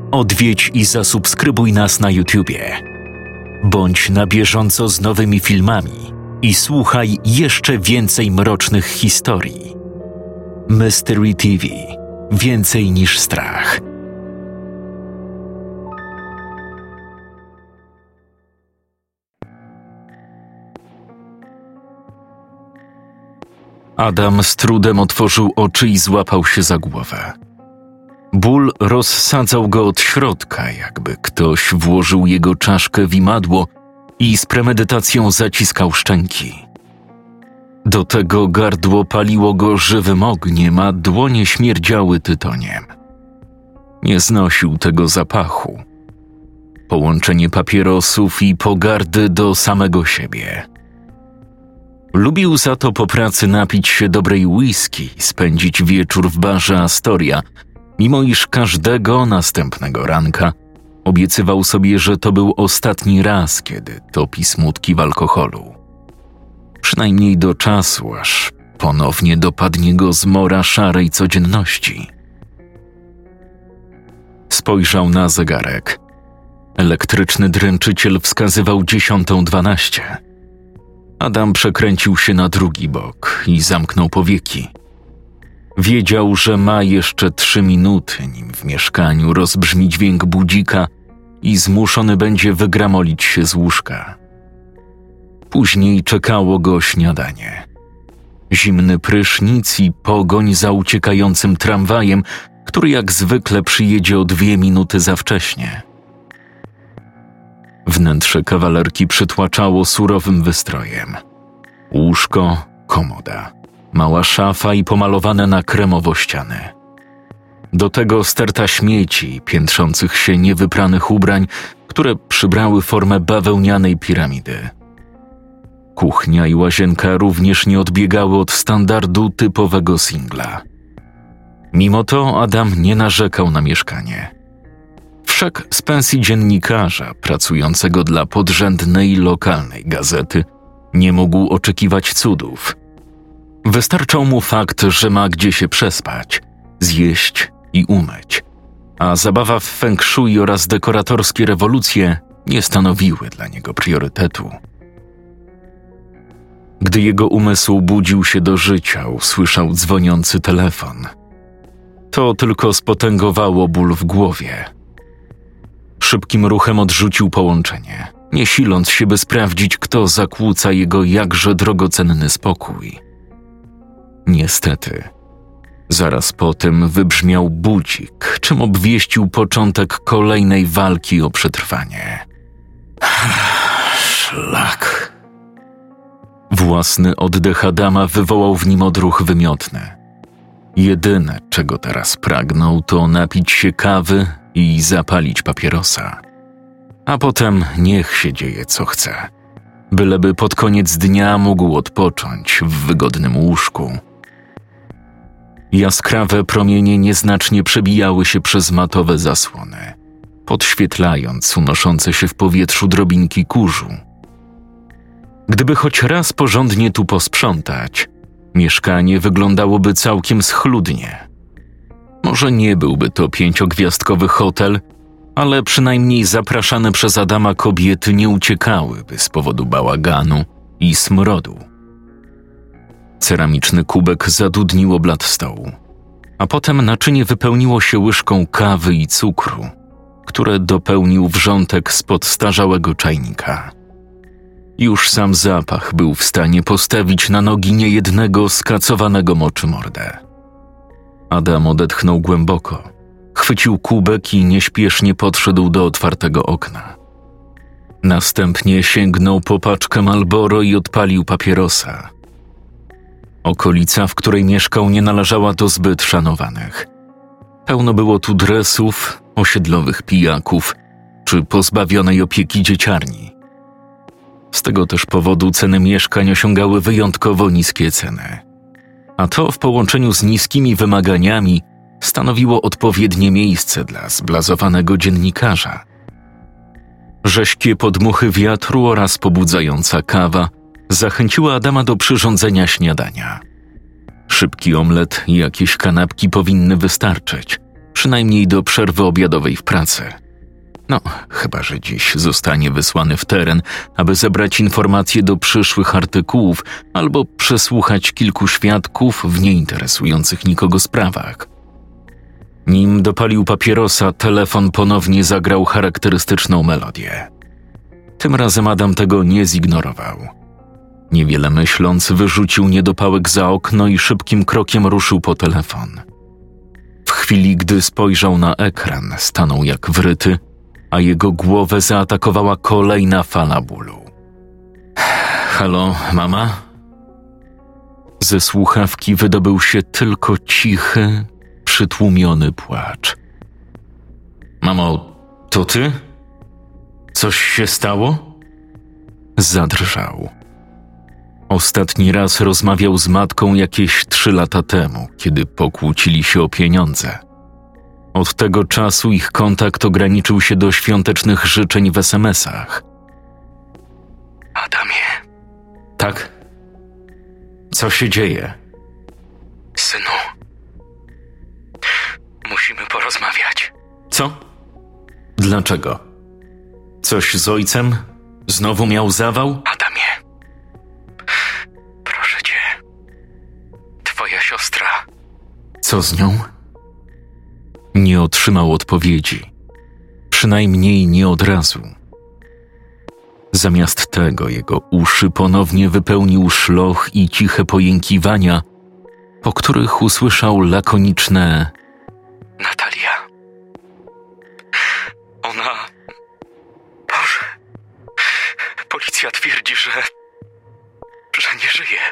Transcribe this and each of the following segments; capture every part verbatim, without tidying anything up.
Odwiedź i zasubskrybuj nas na YouTubie. Bądź na bieżąco z nowymi filmami i słuchaj jeszcze więcej mrocznych historii. Mystery T V. Więcej niż strach. Adam z trudem otworzył oczy i złapał się za głowę. Ból rozsadzał go od środka, jakby ktoś włożył jego czaszkę w imadło i z premedytacją zaciskał szczęki. Do tego gardło paliło go żywym ogniem, a dłonie śmierdziały tytoniem. Nie znosił tego zapachu. Połączenie papierosów i pogardy do samego siebie. Lubił za to po pracy napić się dobrej whisky i spędzić wieczór w barze Astoria, mimo iż każdego następnego ranka obiecywał sobie, że to był ostatni raz, kiedy topi smutki w alkoholu. Przynajmniej do czasu, aż ponownie dopadnie go zmora szarej codzienności. Spojrzał na zegarek. Elektryczny dręczyciel wskazywał dziesiątą dwanaście. Adam przekręcił się na drugi bok i zamknął powieki. Wiedział, że ma jeszcze trzy minuty, nim w mieszkaniu rozbrzmi dźwięk budzika i zmuszony będzie wygramolić się z łóżka. Później czekało go śniadanie. Zimny prysznic i pogoń za uciekającym tramwajem, który jak zwykle przyjedzie o dwie minuty za wcześnie. Wnętrze kawalerki przytłaczało surowym wystrojem. Łóżko, komoda, mała szafa i pomalowane na kremowo ściany. Do tego sterta śmieci i piętrzących się niewypranych ubrań, które przybrały formę bawełnianej piramidy. Kuchnia i łazienka również nie odbiegały od standardu typowego singla. Mimo to Adam nie narzekał na mieszkanie. Wszak z pensji dziennikarza pracującego dla podrzędnej lokalnej gazety nie mógł oczekiwać cudów. Wystarczał mu fakt, że ma gdzie się przespać, zjeść i umyć, a zabawa w feng shui oraz dekoratorskie rewolucje nie stanowiły dla niego priorytetu. Gdy jego umysł budził się do życia, usłyszał dzwoniący telefon. To tylko spotęgowało ból w głowie. Szybkim ruchem odrzucił połączenie, nie siląc się, by sprawdzić, kto zakłóca jego jakże drogocenny spokój. Niestety, zaraz potem wybrzmiał budzik, czym obwieścił początek kolejnej walki o przetrwanie. Szlak. Własny oddech Adama wywołał w nim odruch wymiotny. Jedyne, czego teraz pragnął, to napić się kawy i zapalić papierosa. A potem niech się dzieje co chce. Byleby pod koniec dnia mógł odpocząć w wygodnym łóżku. Jaskrawe promienie nieznacznie przebijały się przez matowe zasłony, podświetlając unoszące się w powietrzu drobinki kurzu. Gdyby choć raz porządnie tu posprzątać, mieszkanie wyglądałoby całkiem schludnie. Może nie byłby to pięciogwiazdkowy hotel, ale przynajmniej zapraszane przez Adama kobiety nie uciekałyby z powodu bałaganu i smrodu. Ceramiczny kubek zadudniło blat stołu, a potem naczynie wypełniło się łyżką kawy i cukru, które dopełnił wrzątek z podstarzałego czajnika. Już sam zapach był w stanie postawić na nogi niejednego skacowanego moczymordę. Adam odetchnął głęboko, chwycił kubek i nieśpiesznie podszedł do otwartego okna. Następnie sięgnął po paczkę Marlboro i odpalił papierosa. Okolica, w której mieszkał, nie należała do zbyt szanowanych. Pełno było tu dresów, osiedlowych pijaków czy pozbawionej opieki dzieciarni. Z tego też powodu ceny mieszkań osiągały wyjątkowo niskie ceny. A to w połączeniu z niskimi wymaganiami stanowiło odpowiednie miejsce dla zblazowanego dziennikarza. Rześkie podmuchy wiatru oraz pobudzająca kawa zachęciły Adama do przyrządzenia śniadania. Szybki omlet i jakieś kanapki powinny wystarczyć, Przynajmniej do przerwy obiadowej w pracy. No, chyba że dziś zostanie wysłany w teren, aby zebrać informacje do przyszłych artykułów albo przesłuchać kilku świadków w nieinteresujących nikogo sprawach. Nim dopalił papierosa, telefon ponownie zagrał charakterystyczną melodię. Tym razem Adam tego nie zignorował. Niewiele myśląc, wyrzucił niedopałek za okno i szybkim krokiem ruszył po telefon. W chwili, gdy spojrzał na ekran, stanął jak wryty, a jego głowę zaatakowała kolejna fala bólu. Halo, mama? Ze słuchawki wydobył się tylko cichy, przytłumiony płacz. Mamo, to ty? Coś się stało? Zadrżał. Ostatni raz rozmawiał z matką jakieś trzy lata temu, kiedy pokłócili się o pieniądze. Od tego czasu ich kontakt ograniczył się do świątecznych życzeń w es em esach. Adamie. Tak? Co się dzieje? Synu. Musimy porozmawiać. Co? Dlaczego? Coś z ojcem? Znowu miał zawał? Adamie. Proszę cię. Twoja siostra. Co z nią? Nie otrzymał odpowiedzi. Przynajmniej nie od razu. Zamiast tego jego uszy ponownie wypełnił szloch i ciche pojękiwania, po których usłyszał lakoniczne: Natalia. Ona... Boże. Policja twierdzi, że... że nie żyje.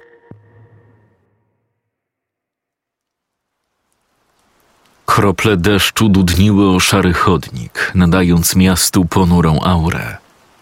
Krople deszczu dudniły o szary chodnik, nadając miastu ponurą aurę.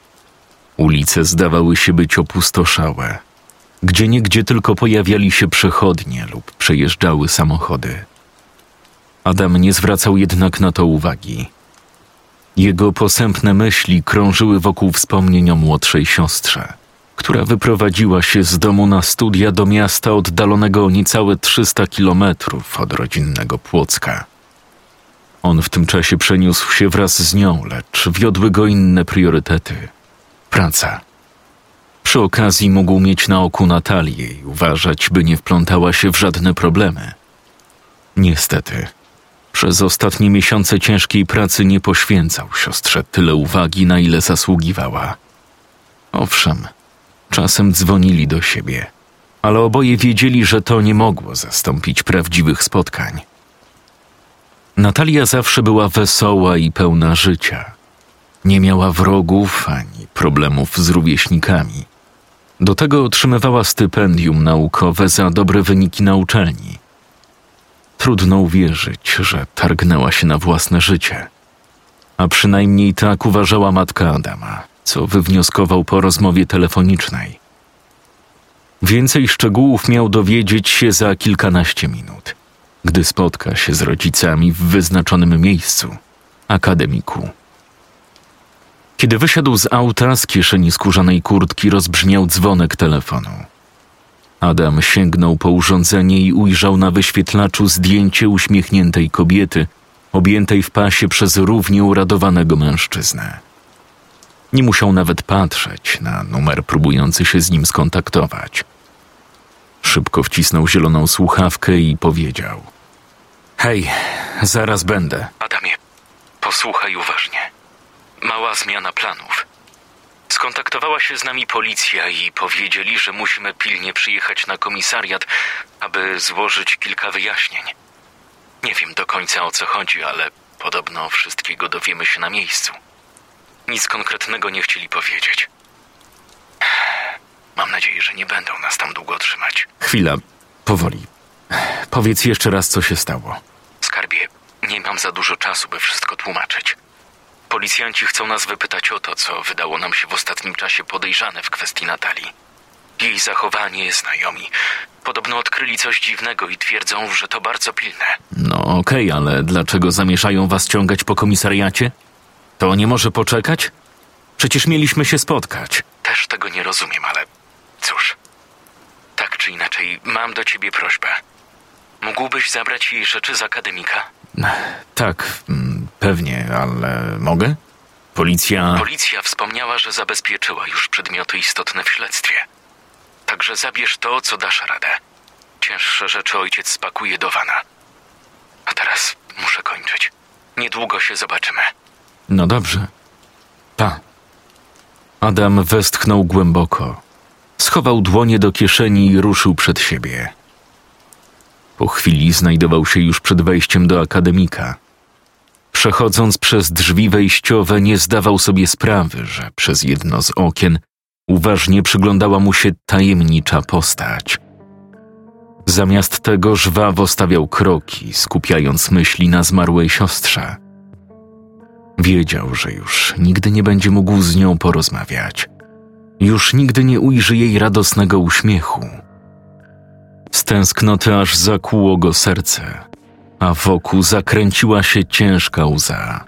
Ulice zdawały się być opustoszałe. Gdzieniegdzie tylko pojawiali się przechodnie lub przejeżdżały samochody. Adam nie zwracał jednak na to uwagi. Jego posępne myśli krążyły wokół wspomnień o młodszej siostrze, która wyprowadziła się z domu na studia do miasta oddalonego o niecałe trzysta kilometrów od rodzinnego Płocka. On w tym czasie przeniósł się wraz z nią, lecz wiodły go inne priorytety. Praca. Przy okazji mógł mieć na oku Natalię i uważać, by nie wplątała się w żadne problemy. Niestety, przez ostatnie miesiące ciężkiej pracy nie poświęcał siostrze tyle uwagi, na ile zasługiwała. Owszem, czasem dzwonili do siebie, ale oboje wiedzieli, że to nie mogło zastąpić prawdziwych spotkań. Natalia zawsze była wesoła i pełna życia. Nie miała wrogów ani problemów z rówieśnikami. Do tego otrzymywała stypendium naukowe za dobre wyniki na uczelni. Trudno uwierzyć, że targnęła się na własne życie. A przynajmniej tak uważała matka Adama, co wywnioskował po rozmowie telefonicznej. Więcej szczegółów miał dowiedzieć się za kilkanaście minut, gdy spotka się z rodzicami w wyznaczonym miejscu, akademiku. Kiedy wysiadł z auta, z kieszeni skórzanej kurtki rozbrzmiał dzwonek telefonu. Adam sięgnął po urządzenie i ujrzał na wyświetlaczu zdjęcie uśmiechniętej kobiety, objętej w pasie przez równie uradowanego mężczyznę. Nie musiał nawet patrzeć na numer próbujący się z nim skontaktować. Szybko wcisnął zieloną słuchawkę i powiedział: Hej, zaraz będę. Adamie, posłuchaj uważnie. Mała zmiana planów. Skontaktowała się z nami policja i powiedzieli, że musimy pilnie przyjechać na komisariat, aby złożyć kilka wyjaśnień. Nie wiem do końca, o co chodzi, ale podobno wszystkiego dowiemy się na miejscu. Nic konkretnego nie chcieli powiedzieć. Mam nadzieję, że nie będą nas tam długo trzymać. Chwila, powoli. Powiedz jeszcze raz, co się stało. Skarbie, nie mam za dużo czasu, by wszystko tłumaczyć. Policjanci chcą nas wypytać o to, co wydało nam się w ostatnim czasie podejrzane w kwestii Natalii. Jej zachowanie, znajomi. Podobno odkryli coś dziwnego i twierdzą, że to bardzo pilne. No okej, okay, ale dlaczego zamierzają was ciągać po komisariacie? To nie może poczekać? Przecież mieliśmy się spotkać. Też tego nie rozumiem, ale cóż. Tak czy inaczej, mam do ciebie prośbę. Mógłbyś zabrać jej rzeczy z akademika? Tak, pewnie, ale mogę? Policja... Policja wspomniała, że zabezpieczyła już przedmioty istotne w śledztwie. Także zabierz to, co dasz radę. Cięższe rzeczy ojciec spakuje do wana. A teraz muszę kończyć. Niedługo się zobaczymy. No dobrze. Pa. Adam westchnął głęboko. Schował dłonie do kieszeni i ruszył przed siebie. Po chwili znajdował się już przed wejściem do akademika. Przechodząc przez drzwi wejściowe, nie zdawał sobie sprawy, że przez jedno z okien uważnie przyglądała mu się tajemnicza postać. Zamiast tego żwawo stawiał kroki, skupiając myśli na zmarłej siostrze. Wiedział, że już nigdy nie będzie mógł z nią porozmawiać. Już nigdy nie ujrzy jej radosnego uśmiechu. Z tęsknoty aż zakłuło go serce, a wokół zakręciła się ciężka łza.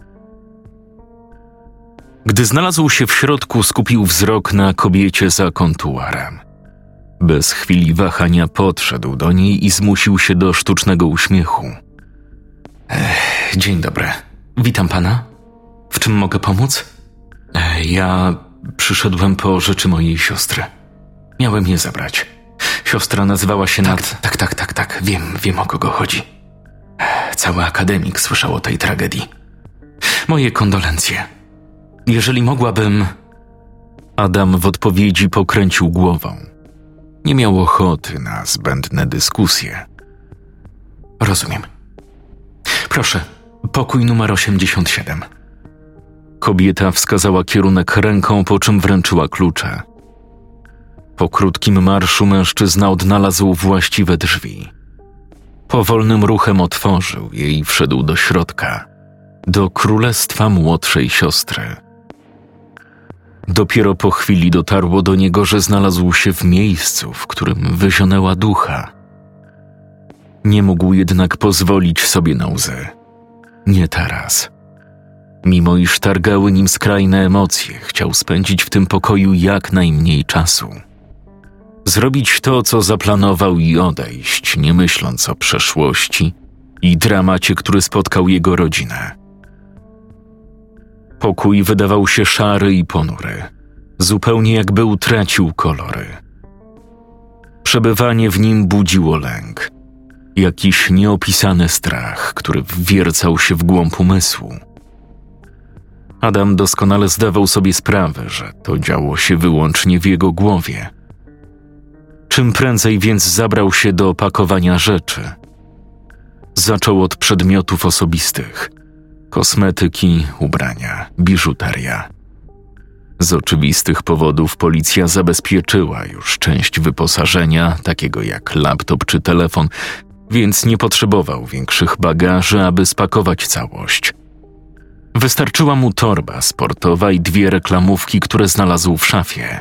Gdy znalazł się w środku, skupił wzrok na kobiecie za kontuarem. Bez chwili wahania podszedł do niej i zmusił się do sztucznego uśmiechu. Ech, dzień dobry. Witam pana. W czym mogę pomóc? Ech, ja przyszedłem po rzeczy mojej siostry. Miałem je zabrać. Siostra nazywała się tak, Nat... Tak, tak, tak, tak. Wiem, wiem o kogo chodzi. Ech, cały akademik słyszał o tej tragedii. Moje kondolencje. Jeżeli mogłabym... Adam w odpowiedzi pokręcił głową. Nie miał ochoty na zbędne dyskusje. Rozumiem. Proszę, pokój numer osiemdziesiąt siedem. Kobieta wskazała kierunek ręką, po czym wręczyła klucze. Po krótkim marszu mężczyzna odnalazł właściwe drzwi. Powolnym ruchem otworzył je i wszedł do środka, do królestwa młodszej siostry. Dopiero po chwili dotarło do niego, że znalazł się w miejscu, w którym wyzionęła ducha. Nie mógł jednak pozwolić sobie na łzy. Nie teraz. Mimo iż targały nim skrajne emocje, chciał spędzić w tym pokoju jak najmniej czasu. Zrobić to, co zaplanował i odejść, nie myśląc o przeszłości i dramacie, który spotkał jego rodzinę. Pokój wydawał się szary i ponury, zupełnie jakby utracił kolory. Przebywanie w nim budziło lęk, jakiś nieopisany strach, który wwiercał się w głąb umysłu. Adam doskonale zdawał sobie sprawę, że to działo się wyłącznie w jego głowie. Czym prędzej więc zabrał się do pakowania rzeczy. Zaczął od przedmiotów osobistych. Kosmetyki, ubrania, biżuteria. Z oczywistych powodów policja zabezpieczyła już część wyposażenia, takiego jak laptop czy telefon, więc nie potrzebował większych bagaży, aby spakować całość. Wystarczyła mu torba sportowa i dwie reklamówki, które znalazł w szafie.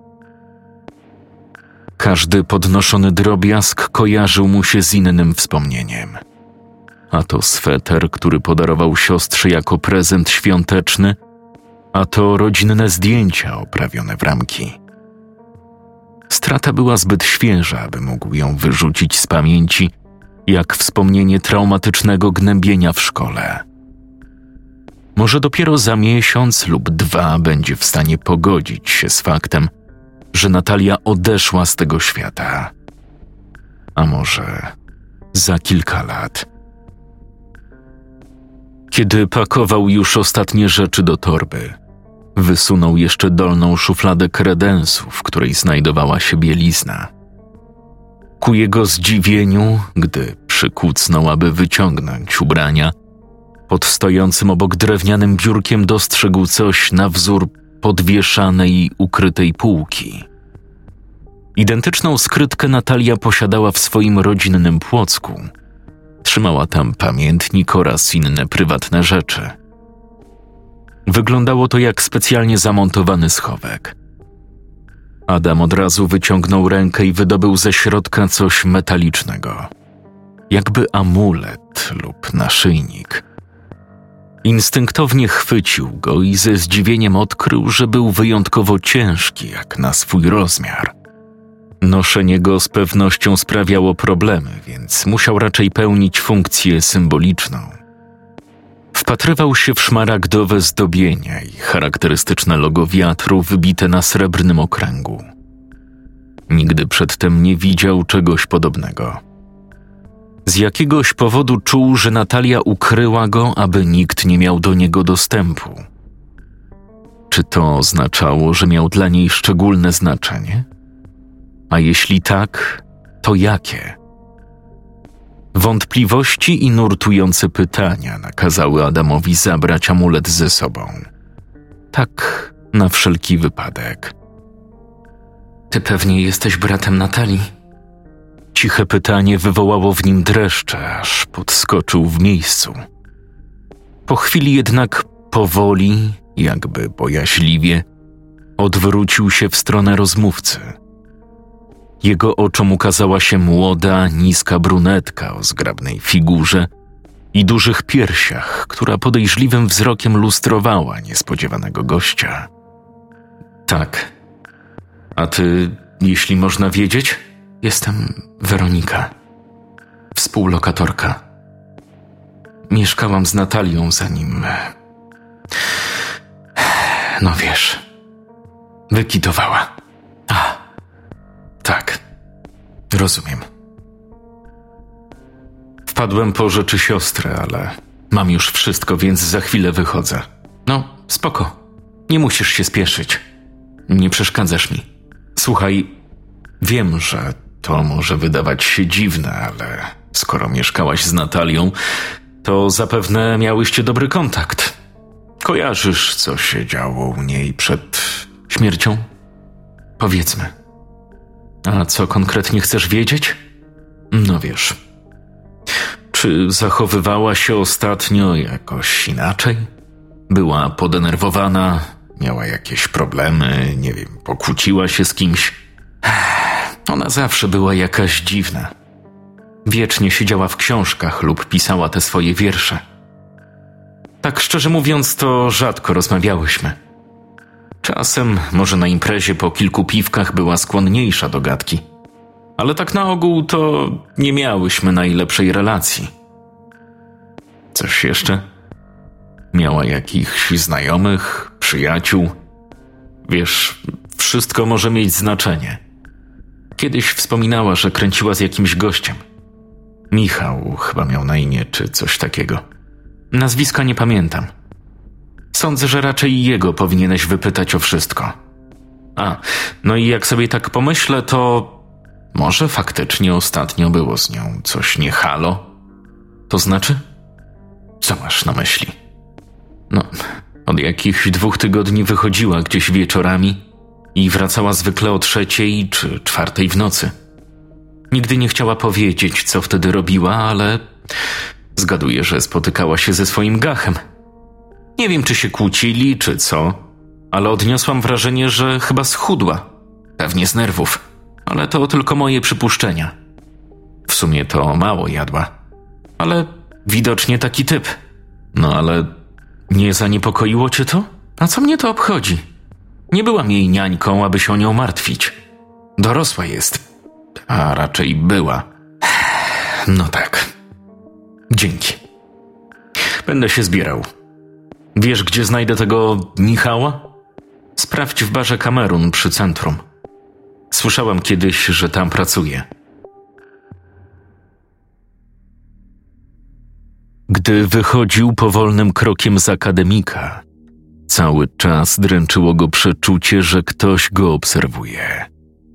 Każdy podnoszony drobiazg kojarzył mu się z innym wspomnieniem. A to sweter, który podarował siostrze jako prezent świąteczny, a to rodzinne zdjęcia oprawione w ramki. Strata była zbyt świeża, aby mógł ją wyrzucić z pamięci, jak wspomnienie traumatycznego gnębienia w szkole. Może dopiero za miesiąc lub dwa będzie w stanie pogodzić się z faktem, że Natalia odeszła z tego świata. A może za kilka lat. Kiedy pakował już ostatnie rzeczy do torby, wysunął jeszcze dolną szufladę kredensu, w której znajdowała się bielizna. Ku jego zdziwieniu, gdy przykucnął, aby wyciągnąć ubrania, pod stojącym obok drewnianym biurkiem dostrzegł coś na wzór podwieszanej i ukrytej półki. Identyczną skrytkę Natalia posiadała w swoim rodzinnym Płocku. Trzymała tam pamiętnik oraz inne prywatne rzeczy. Wyglądało to jak specjalnie zamontowany schowek. Adam od razu wyciągnął rękę i wydobył ze środka coś metalicznego. Jakby amulet lub naszyjnik. Instynktownie chwycił go i ze zdziwieniem odkrył, że był wyjątkowo ciężki jak na swój rozmiar. Noszenie go z pewnością sprawiało problemy, więc musiał raczej pełnić funkcję symboliczną, Wpatrywał się w szmaragdowe zdobienia i charakterystyczne logo wiatru wybite na srebrnym okręgu. Nigdy przedtem nie widział czegoś podobnego. Z jakiegoś powodu czuł, że Natalia ukryła go, aby nikt nie miał do niego dostępu. Czy to oznaczało, że miał dla niej szczególne znaczenie? A jeśli tak, to jakie? Wątpliwości i nurtujące pytania nakazały Adamowi zabrać amulet ze sobą. Tak, na wszelki wypadek. Ty pewnie jesteś bratem Natalii? Ciche pytanie wywołało w nim dreszcze, aż podskoczył w miejscu. Po chwili jednak powoli, jakby bojaźliwie, odwrócił się w stronę rozmówcy. Jego oczom ukazała się młoda, niska brunetka o zgrabnej figurze i dużych piersiach, która podejrzliwym wzrokiem lustrowała niespodziewanego gościa. Tak. A ty, jeśli można wiedzieć? Jestem Weronika. Współlokatorka. Mieszkałam z Natalią zanim... No wiesz... Wykitowała. A, tak. Rozumiem. Wpadłem po rzeczy siostry, ale mam już wszystko, więc za chwilę wychodzę. No, spoko. Nie musisz się spieszyć. Nie przeszkadzasz mi. Słuchaj, wiem, że to może wydawać się dziwne, ale skoro mieszkałaś z Natalią, to zapewne miałyście dobry kontakt. Kojarzysz, co się działo u niej przed śmiercią? Powiedzmy. A co konkretnie chcesz wiedzieć? No wiesz, czy zachowywała się ostatnio jakoś inaczej? Była podenerwowana, miała jakieś problemy, nie wiem, pokłóciła się z kimś? Ona zawsze była jakaś dziwna. Wiecznie siedziała w książkach lub pisała te swoje wiersze. Tak szczerze mówiąc, to rzadko rozmawiałyśmy. Czasem, może na imprezie po kilku piwkach była skłonniejsza do gadki. Ale tak na ogół to nie miałyśmy najlepszej relacji. Coś jeszcze? Miała jakichś znajomych, przyjaciół? Wiesz, wszystko może mieć znaczenie. Kiedyś wspominała, że kręciła z jakimś gościem. Michał chyba miał na imię, czy coś takiego. Nazwiska nie pamiętam. Sądzę, że raczej jego powinieneś wypytać o wszystko. A, no i jak sobie tak pomyślę, to może faktycznie ostatnio było z nią coś nie halo? To znaczy? Co masz na myśli? No, od jakichś dwóch tygodni wychodziła gdzieś wieczorami i wracała zwykle o trzeciej czy czwartej w nocy. Nigdy nie chciała powiedzieć, co wtedy robiła, ale zgaduję, że spotykała się ze swoim gachem. Nie wiem, czy się kłócili, czy co, ale odniosłam wrażenie, że chyba schudła. Pewnie z nerwów, ale to tylko moje przypuszczenia. W sumie to mało jadła. Ale widocznie taki typ. No ale nie zaniepokoiło cię to? A co mnie to obchodzi? Nie byłam jej niańką, aby się o nią martwić. Dorosła jest, a raczej była. No tak. Dzięki. Będę się zbierał. Wiesz, gdzie znajdę tego Michała? Sprawdź w barze Kamerun przy centrum. Słyszałam kiedyś, że tam pracuje. Gdy wychodził powolnym krokiem z akademika, cały czas dręczyło go przeczucie, że ktoś go obserwuje.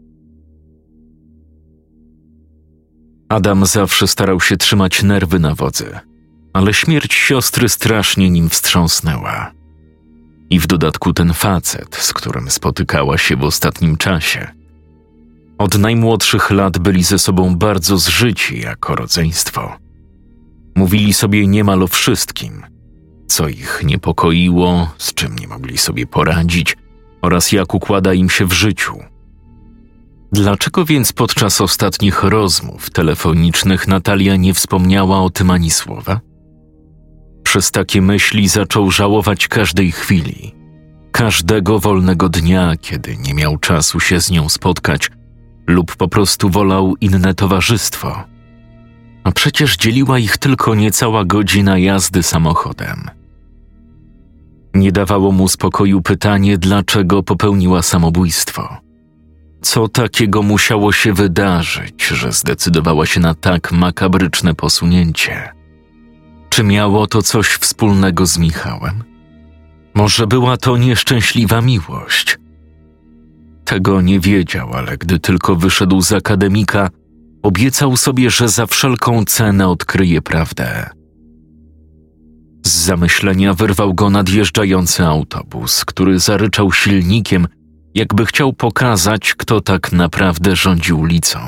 Adam zawsze starał się trzymać nerwy na wodzy, ale śmierć siostry strasznie nim wstrząsnęła. I w dodatku ten facet, z którym spotykała się w ostatnim czasie. Od najmłodszych lat byli ze sobą bardzo zżyci jako rodzeństwo. Mówili sobie niemal o wszystkim, co ich niepokoiło, z czym nie mogli sobie poradzić oraz jak układa im się w życiu. Dlaczego więc podczas ostatnich rozmów telefonicznych Natalia nie wspomniała o tym ani słowa? Przez takie myśli zaczął żałować każdej chwili, każdego wolnego dnia, kiedy nie miał czasu się z nią spotkać lub po prostu wolał inne towarzystwo. A przecież dzieliła ich tylko niecała godzina jazdy samochodem. Nie dawało mu spokoju pytanie, dlaczego popełniła samobójstwo. Co takiego musiało się wydarzyć, że zdecydowała się na tak makabryczne posunięcie? Czy miało to coś wspólnego z Michałem? Może była to nieszczęśliwa miłość? Tego nie wiedział, ale gdy tylko wyszedł z akademika, obiecał sobie, że za wszelką cenę odkryje prawdę. Z zamyślenia wyrwał go nadjeżdżający autobus, który zaryczał silnikiem, jakby chciał pokazać, kto tak naprawdę rządzi ulicą.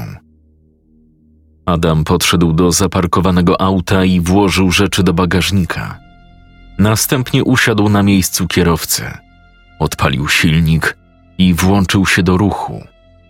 Adam podszedł do zaparkowanego auta i włożył rzeczy do bagażnika. Następnie usiadł na miejscu kierowcy, odpalił silnik i włączył się do ruchu.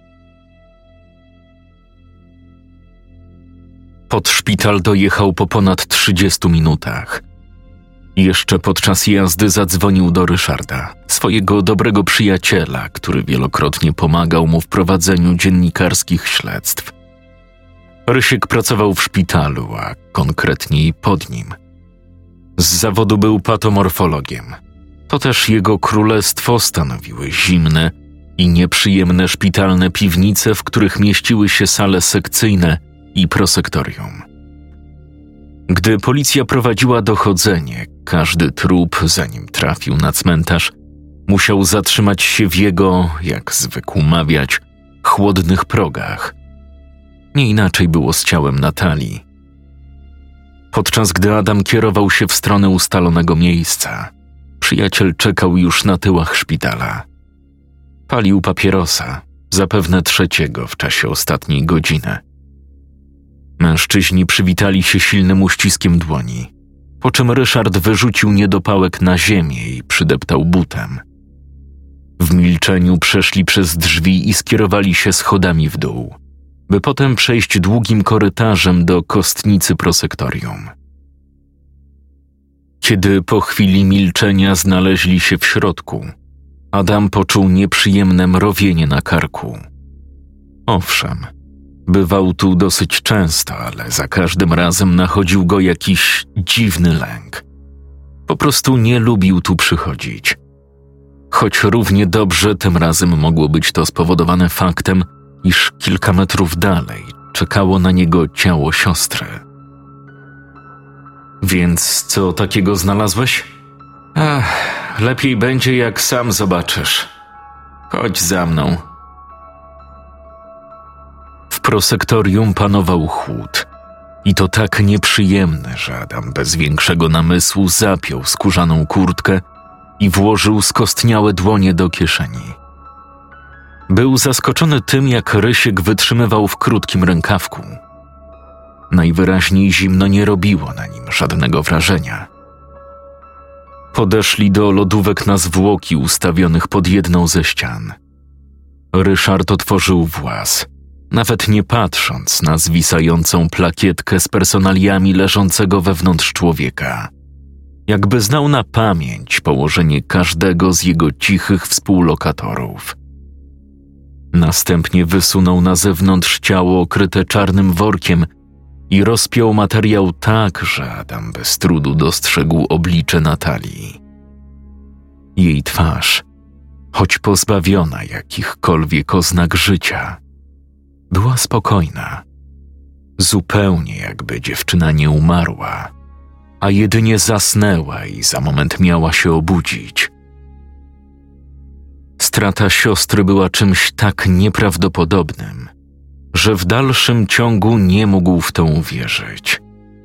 Pod szpital dojechał po ponad trzydziestu minutach. Jeszcze podczas jazdy zadzwonił do Ryszarda, swojego dobrego przyjaciela, który wielokrotnie pomagał mu w prowadzeniu dziennikarskich śledztw. Rysiek pracował w szpitalu, a konkretniej pod nim. Z zawodu był patomorfologiem. To też jego królestwo stanowiły zimne i nieprzyjemne szpitalne piwnice, w których mieściły się sale sekcyjne i prosektorium. Gdy policja prowadziła dochodzenie, każdy trup, zanim trafił na cmentarz, musiał zatrzymać się w jego, jak zwykł mawiać, chłodnych progach. Nie inaczej było z ciałem Natalii. Podczas gdy Adam kierował się w stronę ustalonego miejsca, przyjaciel czekał już na tyłach szpitala. Palił papierosa, zapewne trzeciego w czasie ostatniej godziny. Mężczyźni przywitali się silnym uściskiem dłoni, po czym Ryszard wyrzucił niedopałek na ziemię i przydeptał butem. W milczeniu przeszli przez drzwi i skierowali się schodami w dół, by potem przejść długim korytarzem do kostnicy prosektorium. Kiedy po chwili milczenia znaleźli się w środku, Adam poczuł nieprzyjemne mrowienie na karku. Owszem, bywał tu dosyć często, ale za każdym razem nachodził go jakiś dziwny lęk. Po prostu nie lubił tu przychodzić. Choć równie dobrze tym razem mogło być to spowodowane faktem, iż kilka metrów dalej czekało na niego ciało siostry. Więc co takiego znalazłeś? Ach, lepiej będzie, jak sam zobaczysz. Chodź za mną. W prosektorium panował chłód. I to tak nieprzyjemny, że Adam bez większego namysłu zapiął skórzaną kurtkę i włożył skostniałe dłonie do kieszeni. Był zaskoczony tym, jak Rysiek wytrzymywał w krótkim rękawku. Najwyraźniej zimno nie robiło na nim żadnego wrażenia. Podeszli do lodówek na zwłoki ustawionych pod jedną ze ścian. Ryszard otworzył włas, nawet nie patrząc na zwisającą plakietkę z personaliami leżącego wewnątrz człowieka. Jakby znał na pamięć położenie każdego z jego cichych współlokatorów. Następnie wysunął na zewnątrz ciało okryte czarnym workiem i rozpiął materiał tak, że Adam bez trudu dostrzegł oblicze Natalii. Jej twarz, choć pozbawiona jakichkolwiek oznak życia, była spokojna. Zupełnie jakby dziewczyna nie umarła, a jedynie zasnęła i za moment miała się obudzić. Strata siostry była czymś tak nieprawdopodobnym, że w dalszym ciągu nie mógł w to uwierzyć.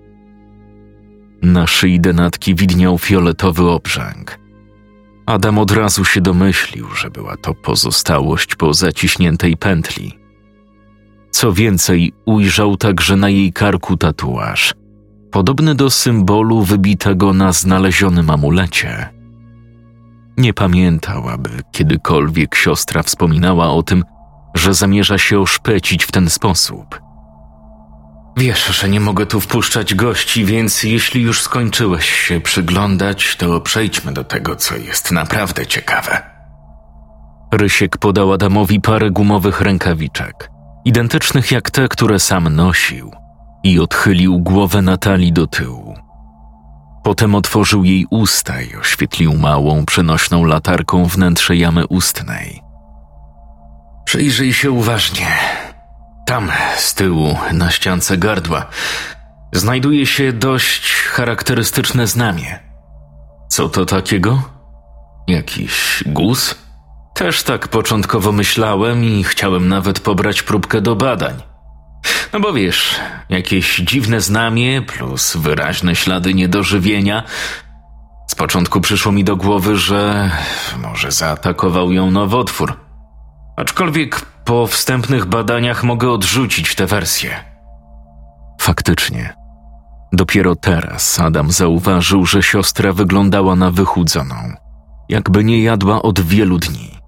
Na szyi denatki widniał fioletowy obrzęk. Adam od razu się domyślił, że była to pozostałość po zaciśniętej pętli. Co więcej, ujrzał także na jej karku tatuaż, podobny do symbolu wybitego na znalezionym amulecie. Nie pamiętał, aby kiedykolwiek siostra wspominała o tym, że zamierza się oszpecić w ten sposób. Wiesz, że nie mogę tu wpuszczać gości, więc jeśli już skończyłeś się przyglądać, to przejdźmy do tego, co jest naprawdę ciekawe. Rysiek podał Adamowi parę gumowych rękawiczek, identycznych jak te, które sam nosił, i odchylił głowę Natalii do tyłu. Potem otworzył jej usta i oświetlił małą, przenośną latarką wnętrze jamy ustnej. Przyjrzyj się uważnie. Tam, z tyłu, na ściance gardła, znajduje się dość charakterystyczne znamie. Co to takiego? Jakiś guz? Też tak początkowo myślałem i chciałem nawet pobrać próbkę do badań. No bo wiesz, jakieś dziwne znamie plus wyraźne ślady niedożywienia. Z początku przyszło mi do głowy, że może zaatakował ją nowotwór. Aczkolwiek po wstępnych badaniach mogę odrzucić tę wersję. Faktycznie. Dopiero teraz Adam zauważył, że siostra wyglądała na wychudzoną, jakby nie jadła od wielu dni.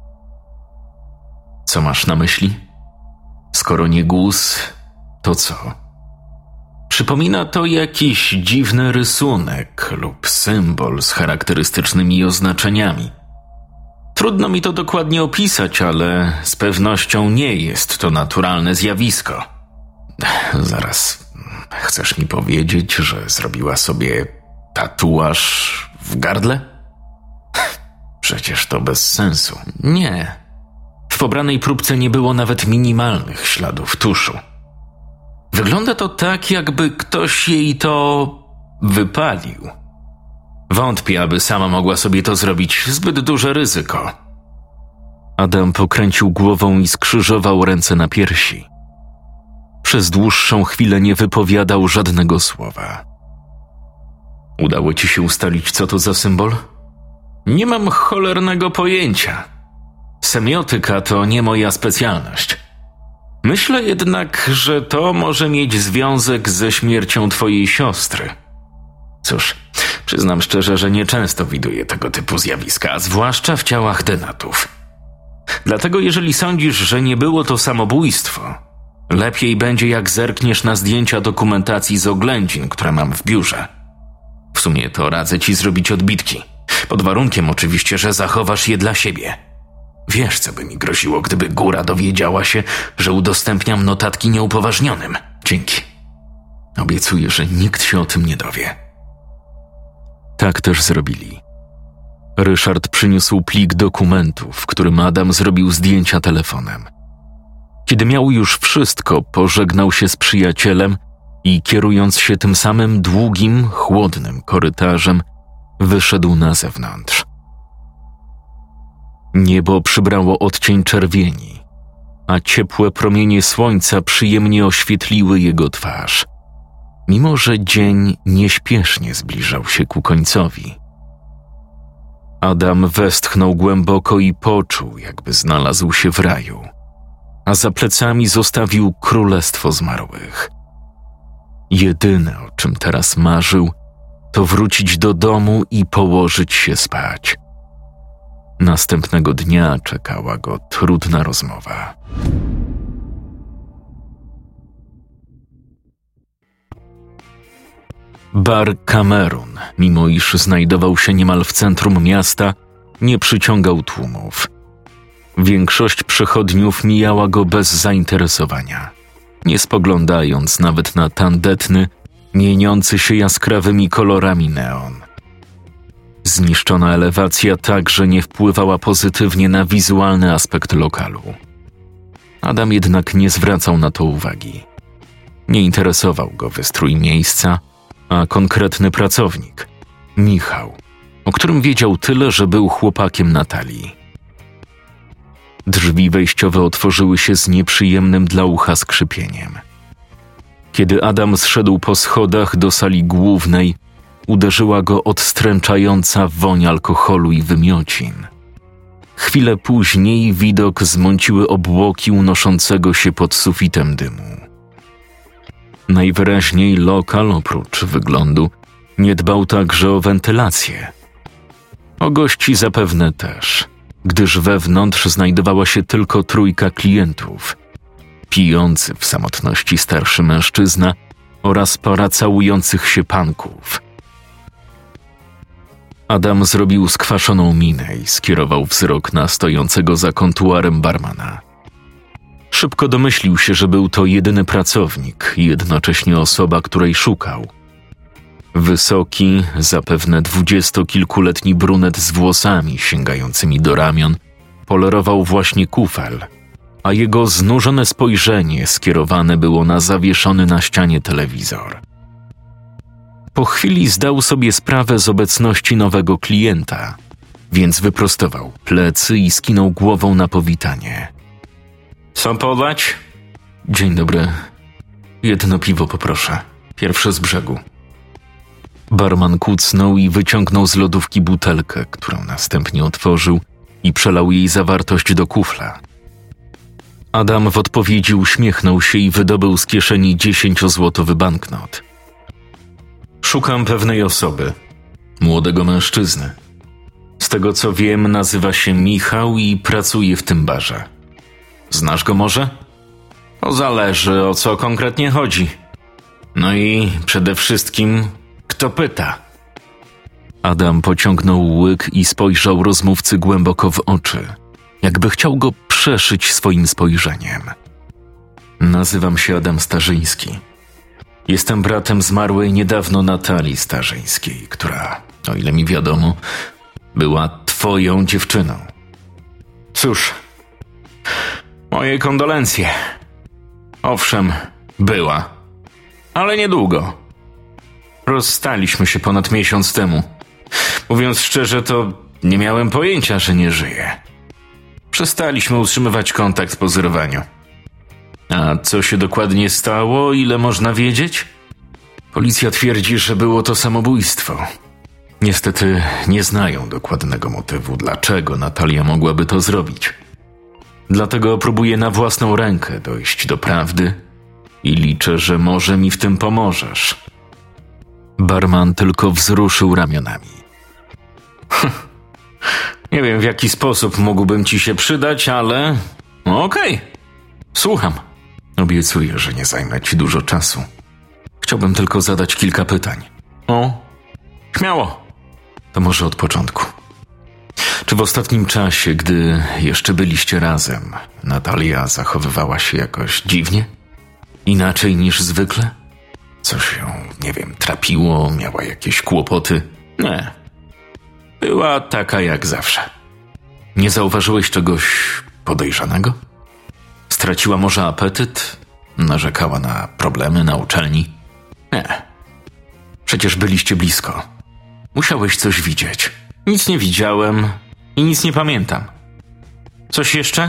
Co masz na myśli? Skoro nie guz, to co? Przypomina to jakiś dziwny rysunek lub symbol z charakterystycznymi oznaczeniami. Trudno mi to dokładnie opisać, ale z pewnością nie jest to naturalne zjawisko. Zaraz, chcesz mi powiedzieć, że zrobiła sobie tatuaż w gardle? Przecież to bez sensu. Nie. W pobranej próbce nie było nawet minimalnych śladów tuszu. Wygląda to tak, jakby ktoś jej to wypalił. Wątpię, aby sama mogła sobie to zrobić. Zbyt duże ryzyko. Adam pokręcił głową i skrzyżował ręce na piersi. Przez dłuższą chwilę nie wypowiadał żadnego słowa. Udało ci się ustalić, co to za symbol? Nie mam cholernego pojęcia. Semiotyka to nie moja specjalność. Myślę jednak, że to może mieć związek ze śmiercią twojej siostry. Cóż, przyznam szczerze, że nieczęsto widuję tego typu zjawiska, zwłaszcza w ciałach denatów. Dlatego jeżeli sądzisz, że nie było to samobójstwo, lepiej będzie jak zerkniesz na zdjęcia dokumentacji z oględzin, które mam w biurze. W sumie to radzę ci zrobić odbitki, pod warunkiem oczywiście, że zachowasz je dla siebie. Wiesz, co by mi groziło, gdyby góra dowiedziała się, że udostępniam notatki nieupoważnionym. Dzięki. Obiecuję, że nikt się o tym nie dowie. Tak też zrobili. Ryszard przyniósł plik dokumentów, w którym Adam zrobił zdjęcia telefonem. Kiedy miał już wszystko, pożegnał się z przyjacielem i kierując się tym samym długim, chłodnym korytarzem, wyszedł na zewnątrz. Niebo przybrało odcień czerwieni, a ciepłe promienie słońca przyjemnie oświetliły jego twarz, mimo że dzień nieśpiesznie zbliżał się ku końcowi. Adam westchnął głęboko i poczuł, jakby znalazł się w raju, a za plecami zostawił królestwo zmarłych. Jedyne, o czym teraz marzył, to wrócić do domu i położyć się spać. Następnego dnia czekała go trudna rozmowa. Bar Kamerun, mimo iż znajdował się niemal w centrum miasta, nie przyciągał tłumów. Większość przechodniów mijała go bez zainteresowania, nie spoglądając nawet na tandetny, mieniący się jaskrawymi kolorami neon. Zniszczona elewacja także nie wpływała pozytywnie na wizualny aspekt lokalu. Adam jednak nie zwracał na to uwagi. Nie interesował go wystrój miejsca, a konkretny pracownik, Michał, o którym wiedział tyle, że był chłopakiem Natalii. Drzwi wejściowe otworzyły się z nieprzyjemnym dla ucha skrzypieniem. Kiedy Adam zszedł po schodach do sali głównej, uderzyła go odstręczająca woń alkoholu i wymiocin. Chwilę później widok zmąciły obłoki unoszącego się pod sufitem dymu. Najwyraźniej lokal, oprócz wyglądu, nie dbał także o wentylację. O gości zapewne też, gdyż wewnątrz znajdowała się tylko trójka klientów. Pijący w samotności starszy mężczyzna oraz para całujących się panków. Adam zrobił skwaszoną minę i skierował wzrok na stojącego za kontuarem barmana. Szybko domyślił się, że był to jedyny pracownik i jednocześnie osoba, której szukał. Wysoki, zapewne dwudziestokilkuletni brunet z włosami sięgającymi do ramion polerował właśnie kufel, a jego znużone spojrzenie skierowane było na zawieszony na ścianie telewizor. Po chwili zdał sobie sprawę z obecności nowego klienta, więc wyprostował plecy i skinął głową na powitanie. Co podać? Dzień dobry. Jedno piwo poproszę. Pierwsze z brzegu. Barman kucnął i wyciągnął z lodówki butelkę, którą następnie otworzył i przelał jej zawartość do kufla. Adam w odpowiedzi uśmiechnął się i wydobył z kieszeni dziesięciozłotowy banknot. Szukam pewnej osoby, młodego mężczyzny. Z tego co wiem, nazywa się Michał i pracuje w tym barze. Znasz go może? To zależy, o co konkretnie chodzi. No i przede wszystkim, kto pyta? Adam pociągnął łyk i spojrzał rozmówcy głęboko w oczy, jakby chciał go przeszyć swoim spojrzeniem. Nazywam się Adam Starzyński. Jestem bratem zmarłej niedawno Natalii Starzyńskiej, która, o ile mi wiadomo, była twoją dziewczyną. Cóż, moje kondolencje. Owszem, była, ale niedługo. Rozstaliśmy się ponad miesiąc temu. Mówiąc szczerze, to nie miałem pojęcia, że nie żyje. Przestaliśmy utrzymywać kontakt po zerwaniu. A co się dokładnie stało, ile można wiedzieć? Policja twierdzi, że było to samobójstwo. Niestety nie znają dokładnego motywu, dlaczego Natalia mogłaby to zrobić. Dlatego próbuję na własną rękę dojść do prawdy i liczę, że może mi w tym pomożesz. Barman tylko wzruszył ramionami. Nie wiem, w jaki sposób mógłbym ci się przydać, ale... No okej, okay. Słucham. Obiecuję, że nie zajmę ci dużo czasu. Chciałbym tylko zadać kilka pytań. O, śmiało. To może od początku. Czy w ostatnim czasie, gdy jeszcze byliście razem, Natalia zachowywała się jakoś dziwnie? Inaczej niż zwykle? Coś ją, nie wiem, trapiło, miała jakieś kłopoty? Nie. Była taka jak zawsze. Nie zauważyłeś czegoś podejrzanego? Straciła może apetyt? Narzekała na problemy na uczelni? Nie. Przecież byliście blisko. Musiałeś coś widzieć. Nic nie widziałem i nic nie pamiętam. Coś jeszcze?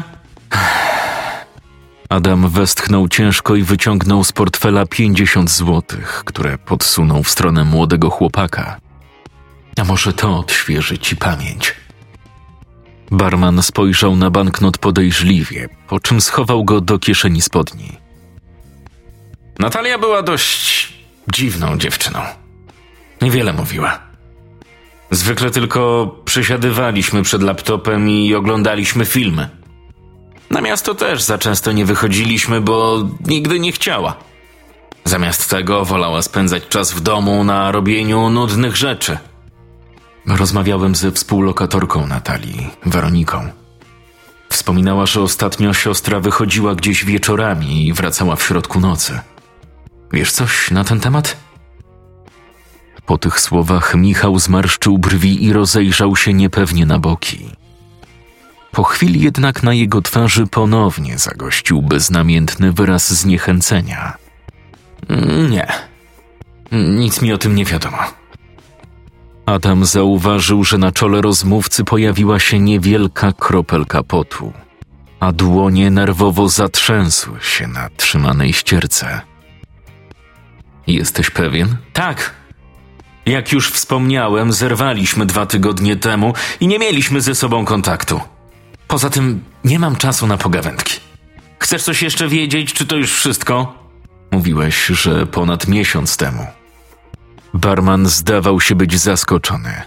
Adam westchnął ciężko i wyciągnął z portfela pięćdziesiąt złotych, które podsunął w stronę młodego chłopaka. A może to odświeży ci pamięć? Barman spojrzał na banknot podejrzliwie, po czym schował go do kieszeni spodni. Natalia była dość dziwną dziewczyną. Niewiele mówiła. Zwykle tylko przysiadywaliśmy przed laptopem i oglądaliśmy filmy. Na miasto też za często nie wychodziliśmy, bo nigdy nie chciała. Zamiast tego wolała spędzać czas w domu na robieniu nudnych rzeczy. Rozmawiałem ze współlokatorką Natalii, Weroniką. Wspominała, że ostatnio siostra wychodziła gdzieś wieczorami i wracała w środku nocy. Wiesz coś na ten temat? Po tych słowach Michał zmarszczył brwi i rozejrzał się niepewnie na boki. Po chwili jednak na jego twarzy ponownie zagościł beznamiętny wyraz zniechęcenia. Nie, nic mi o tym nie wiadomo. Adam zauważył, że na czole rozmówcy pojawiła się niewielka kropelka potu, a dłonie nerwowo zatrzęsły się na trzymanej ścierce. Jesteś pewien? Tak. Jak już wspomniałem, zerwaliśmy dwa tygodnie temu i nie mieliśmy ze sobą kontaktu. Poza tym nie mam czasu na pogawędki. Chcesz coś jeszcze wiedzieć, czy to już wszystko? Mówiłeś, że ponad miesiąc temu. Barman zdawał się być zaskoczony.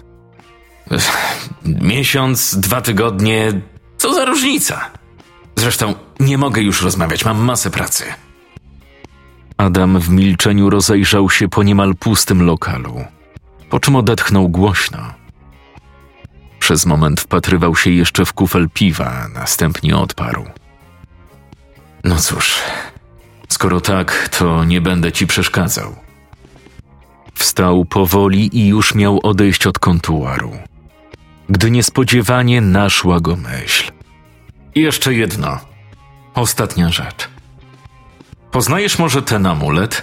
Miesiąc, dwa tygodnie, co za różnica? Zresztą nie mogę już rozmawiać, mam masę pracy. Adam w milczeniu rozejrzał się po niemal pustym lokalu, po czym odetchnął głośno. Przez moment wpatrywał się jeszcze w kufel piwa, następnie odparł. No cóż, skoro tak, to nie będę ci przeszkadzał. Wstał powoli i już miał odejść od kontuaru, gdy niespodziewanie naszła go myśl. I jeszcze jedno, ostatnia rzecz. Poznajesz może ten amulet?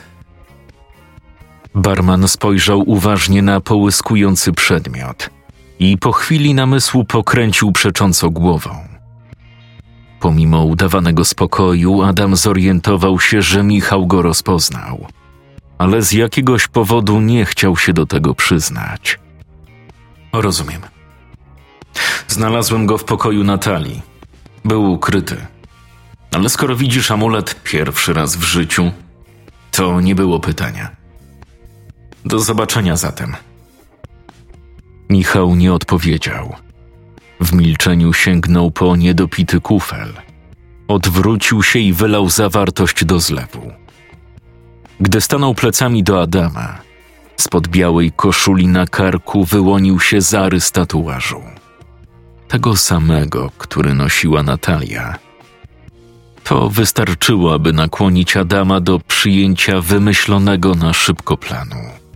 Barman spojrzał uważnie na połyskujący przedmiot i po chwili namysłu pokręcił przecząco głową. Pomimo udawanego spokoju, Adam zorientował się, że Michał go rozpoznał, ale z jakiegoś powodu nie chciał się do tego przyznać. Rozumiem. Znalazłem go w pokoju Natalii. Był ukryty. Ale skoro widzisz amulet pierwszy raz w życiu, to nie było pytania. Do zobaczenia zatem. Michał nie odpowiedział. W milczeniu sięgnął po niedopity kufel. Odwrócił się i wylał zawartość do zlewu. Gdy stanął plecami do Adama, spod białej koszuli na karku wyłonił się zarys tatuażu. Tego samego, który nosiła Natalia. To wystarczyło, aby nakłonić Adama do przyjęcia wymyślonego na szybko planu.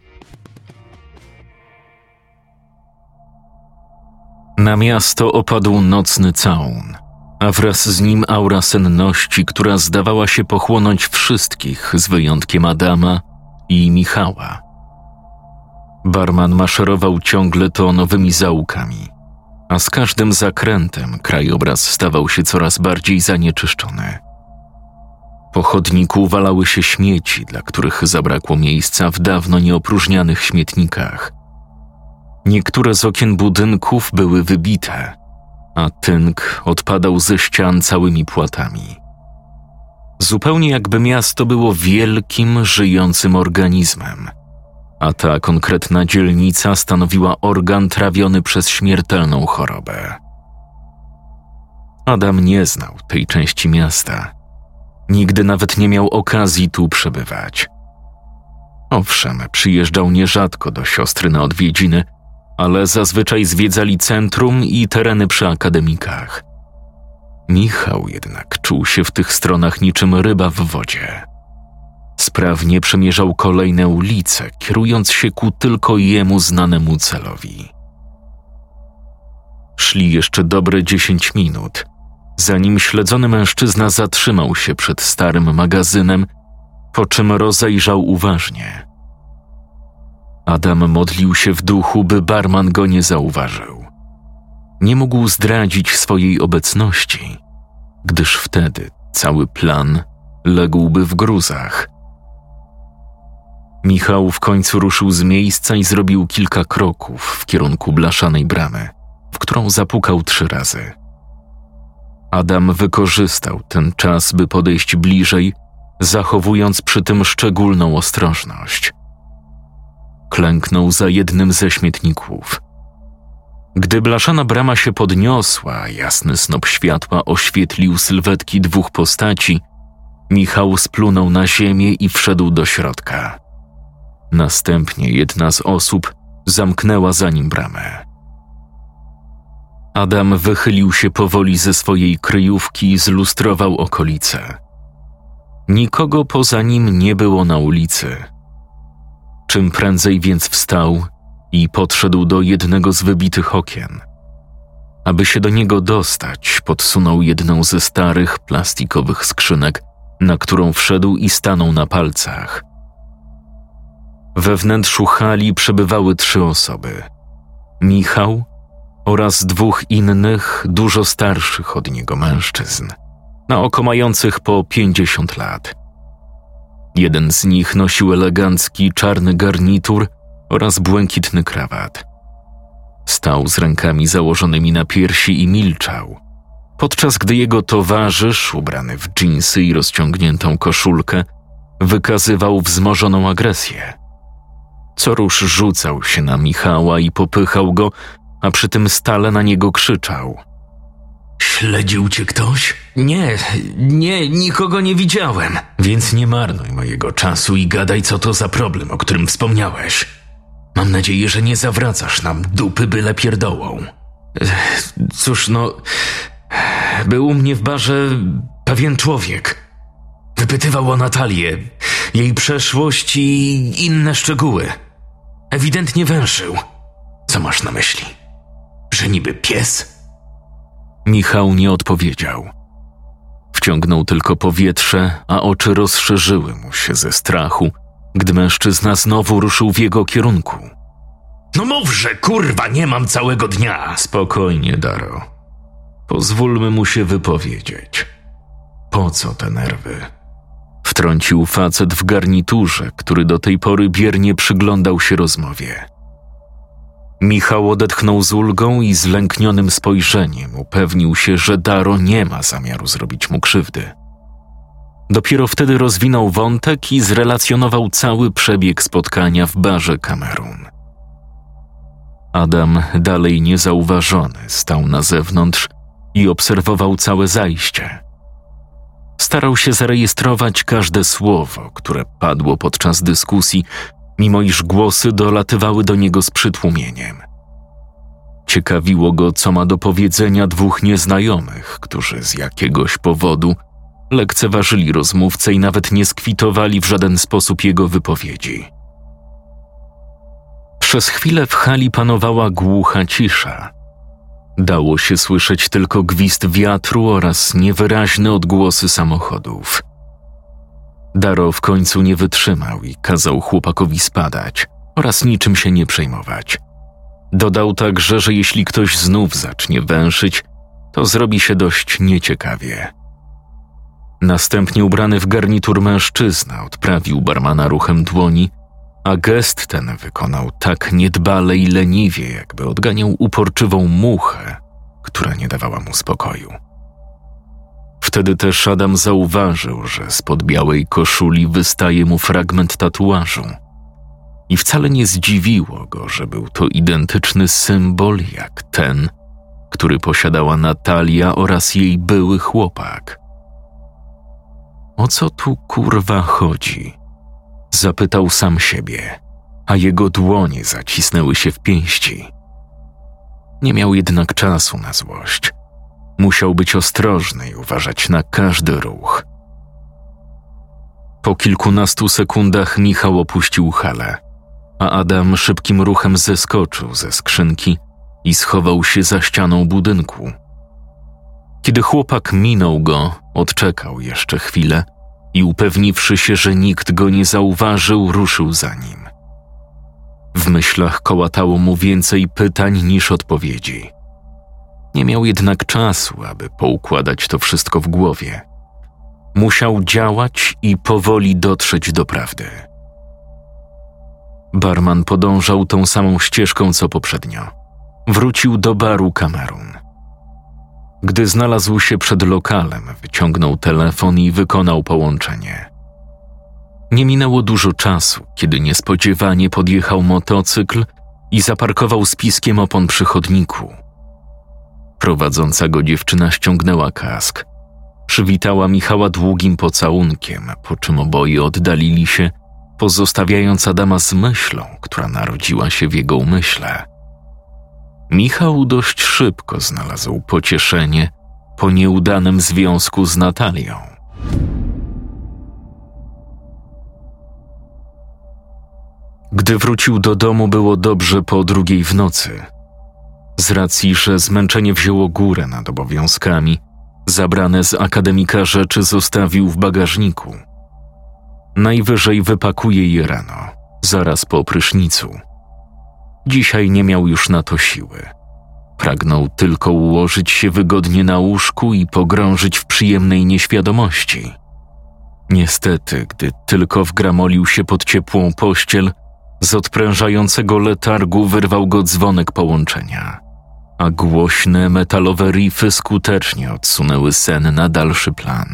Na miasto opadł nocny całun, a wraz z nim aura senności, która zdawała się pochłonąć wszystkich z wyjątkiem Adama i Michała. Barman maszerował ciągle to nowymi zaułkami, a z każdym zakrętem krajobraz stawał się coraz bardziej zanieczyszczony. Po chodniku walały się śmieci, dla których zabrakło miejsca w dawno nieopróżnianych śmietnikach. Niektóre z okien budynków były wybite, a tynk odpadał ze ścian całymi płatami. Zupełnie jakby miasto było wielkim, żyjącym organizmem, a ta konkretna dzielnica stanowiła organ trawiony przez śmiertelną chorobę. Adam nie znał tej części miasta. Nigdy nawet nie miał okazji tu przebywać. Owszem, przyjeżdżał nierzadko do siostry na odwiedziny, ale zazwyczaj zwiedzali centrum i tereny przy akademikach. Michał jednak czuł się w tych stronach niczym ryba w wodzie. Sprawnie przemierzał kolejne ulice, kierując się ku tylko jemu znanemu celowi. Szli jeszcze dobre dziesięć minut, zanim śledzony mężczyzna zatrzymał się przed starym magazynem, po czym rozejrzał uważnie. Adam modlił się w duchu, by barman go nie zauważył. Nie mógł zdradzić swojej obecności, gdyż wtedy cały plan ległby w gruzach. Michał w końcu ruszył z miejsca i zrobił kilka kroków w kierunku blaszanej bramy, w którą zapukał trzy razy. Adam wykorzystał ten czas, by podejść bliżej, zachowując przy tym szczególną ostrożność. Klęknął za jednym ze śmietników. Gdy blaszana brama się podniosła, jasny snop światła oświetlił sylwetki dwóch postaci, Michał splunął na ziemię i wszedł do środka. Następnie jedna z osób zamknęła za nim bramę. Adam wychylił się powoli ze swojej kryjówki i zlustrował okolice. Nikogo poza nim nie było na ulicy. Czym prędzej więc wstał i podszedł do jednego z wybitych okien. Aby się do niego dostać, podsunął jedną ze starych, plastikowych skrzynek, na którą wszedł i stanął na palcach. We wnętrzu hali przebywały trzy osoby. Michał oraz dwóch innych, dużo starszych od niego mężczyzn, na oko mających po pięćdziesiąt lat. Jeden z nich nosił elegancki czarny garnitur oraz błękitny krawat. Stał z rękami założonymi na piersi i milczał, podczas gdy jego towarzysz, ubrany w dżinsy i rozciągniętą koszulkę, wykazywał wzmożoną agresję. Co rusz rzucał się na Michała i popychał go, a przy tym stale na niego krzyczał. Śledził cię ktoś? Nie, nie, nikogo nie widziałem. Więc nie marnuj mojego czasu i gadaj, co to za problem, o którym wspomniałeś. Mam nadzieję, że nie zawracasz nam dupy byle pierdołą. Cóż, no... Był u mnie w barze pewien człowiek. Wypytywał o Natalię, jej przeszłość i inne szczegóły. Ewidentnie węszył. Co masz na myśli? Że niby pies? Michał nie odpowiedział. Wciągnął tylko powietrze, a oczy rozszerzyły mu się ze strachu, gdy mężczyzna znowu ruszył w jego kierunku. No mów, że kurwa nie mam całego dnia! Spokojnie, Daro. Pozwólmy mu się wypowiedzieć. Po co te nerwy? Wtrącił facet w garniturze, który do tej pory biernie przyglądał się rozmowie. Michał odetchnął z ulgą i zlęknionym spojrzeniem upewnił się, że Daro nie ma zamiaru zrobić mu krzywdy. Dopiero wtedy rozwinął wątek i zrelacjonował cały przebieg spotkania w barze Kamerun. Adam, dalej niezauważony, stał na zewnątrz i obserwował całe zajście. Starał się zarejestrować każde słowo, które padło podczas dyskusji, mimo iż głosy dolatywały do niego z przytłumieniem. Ciekawiło go, co ma do powiedzenia dwóch nieznajomych, którzy z jakiegoś powodu lekceważyli rozmówcę i nawet nie skwitowali w żaden sposób jego wypowiedzi. Przez chwilę w hali panowała głucha cisza. Dało się słyszeć tylko gwizd wiatru oraz niewyraźne odgłosy samochodów. Daro w końcu nie wytrzymał i kazał chłopakowi spadać oraz niczym się nie przejmować. Dodał także, że jeśli ktoś znów zacznie węszyć, to zrobi się dość nieciekawie. Następnie ubrany w garnitur mężczyzna odprawił barmana ruchem dłoni, a gest ten wykonał tak niedbale i leniwie, jakby odganiał uporczywą muchę, która nie dawała mu spokoju. Wtedy też Adam zauważył, że spod białej koszuli wystaje mu fragment tatuażu. I wcale nie zdziwiło go, że był to identyczny symbol jak ten, który posiadała Natalia oraz jej były chłopak. O co tu kurwa chodzi? Zapytał sam siebie, a jego dłonie zacisnęły się w pięści. Nie miał jednak czasu na złość. Musiał być ostrożny i uważać na każdy ruch. Po kilkunastu sekundach Michał opuścił halę, a Adam szybkim ruchem zeskoczył ze skrzynki i schował się za ścianą budynku. Kiedy chłopak minął go, odczekał jeszcze chwilę i upewniwszy się, że nikt go nie zauważył, ruszył za nim. W myślach kołatało mu więcej pytań niż odpowiedzi. Nie miał jednak czasu, aby poukładać to wszystko w głowie. Musiał działać i powoli dotrzeć do prawdy. Barman podążał tą samą ścieżką co poprzednio. Wrócił do baru Kamerun. Gdy znalazł się przed lokalem, wyciągnął telefon i wykonał połączenie. Nie minęło dużo czasu, kiedy niespodziewanie podjechał motocykl i zaparkował z piskiem opon przy chodniku. Prowadząca go dziewczyna ściągnęła kask. Przywitała Michała długim pocałunkiem, po czym oboje oddalili się, pozostawiając Adama z myślą, która narodziła się w jego umyśle. Michał dość szybko znalazł pocieszenie po nieudanym związku z Natalią. Gdy wrócił do domu, było dobrze po drugiej w nocy. Z racji, że zmęczenie wzięło górę nad obowiązkami, zabrane z akademika rzeczy zostawił w bagażniku. Najwyżej wypakuje je rano, zaraz po prysznicu. Dzisiaj nie miał już na to siły. Pragnął tylko ułożyć się wygodnie na łóżku i pogrążyć w przyjemnej nieświadomości. Niestety, gdy tylko wgramolił się pod ciepłą pościel, z odprężającego letargu wyrwał go dzwonek połączenia, a głośne metalowe riffy skutecznie odsunęły sen na dalszy plan.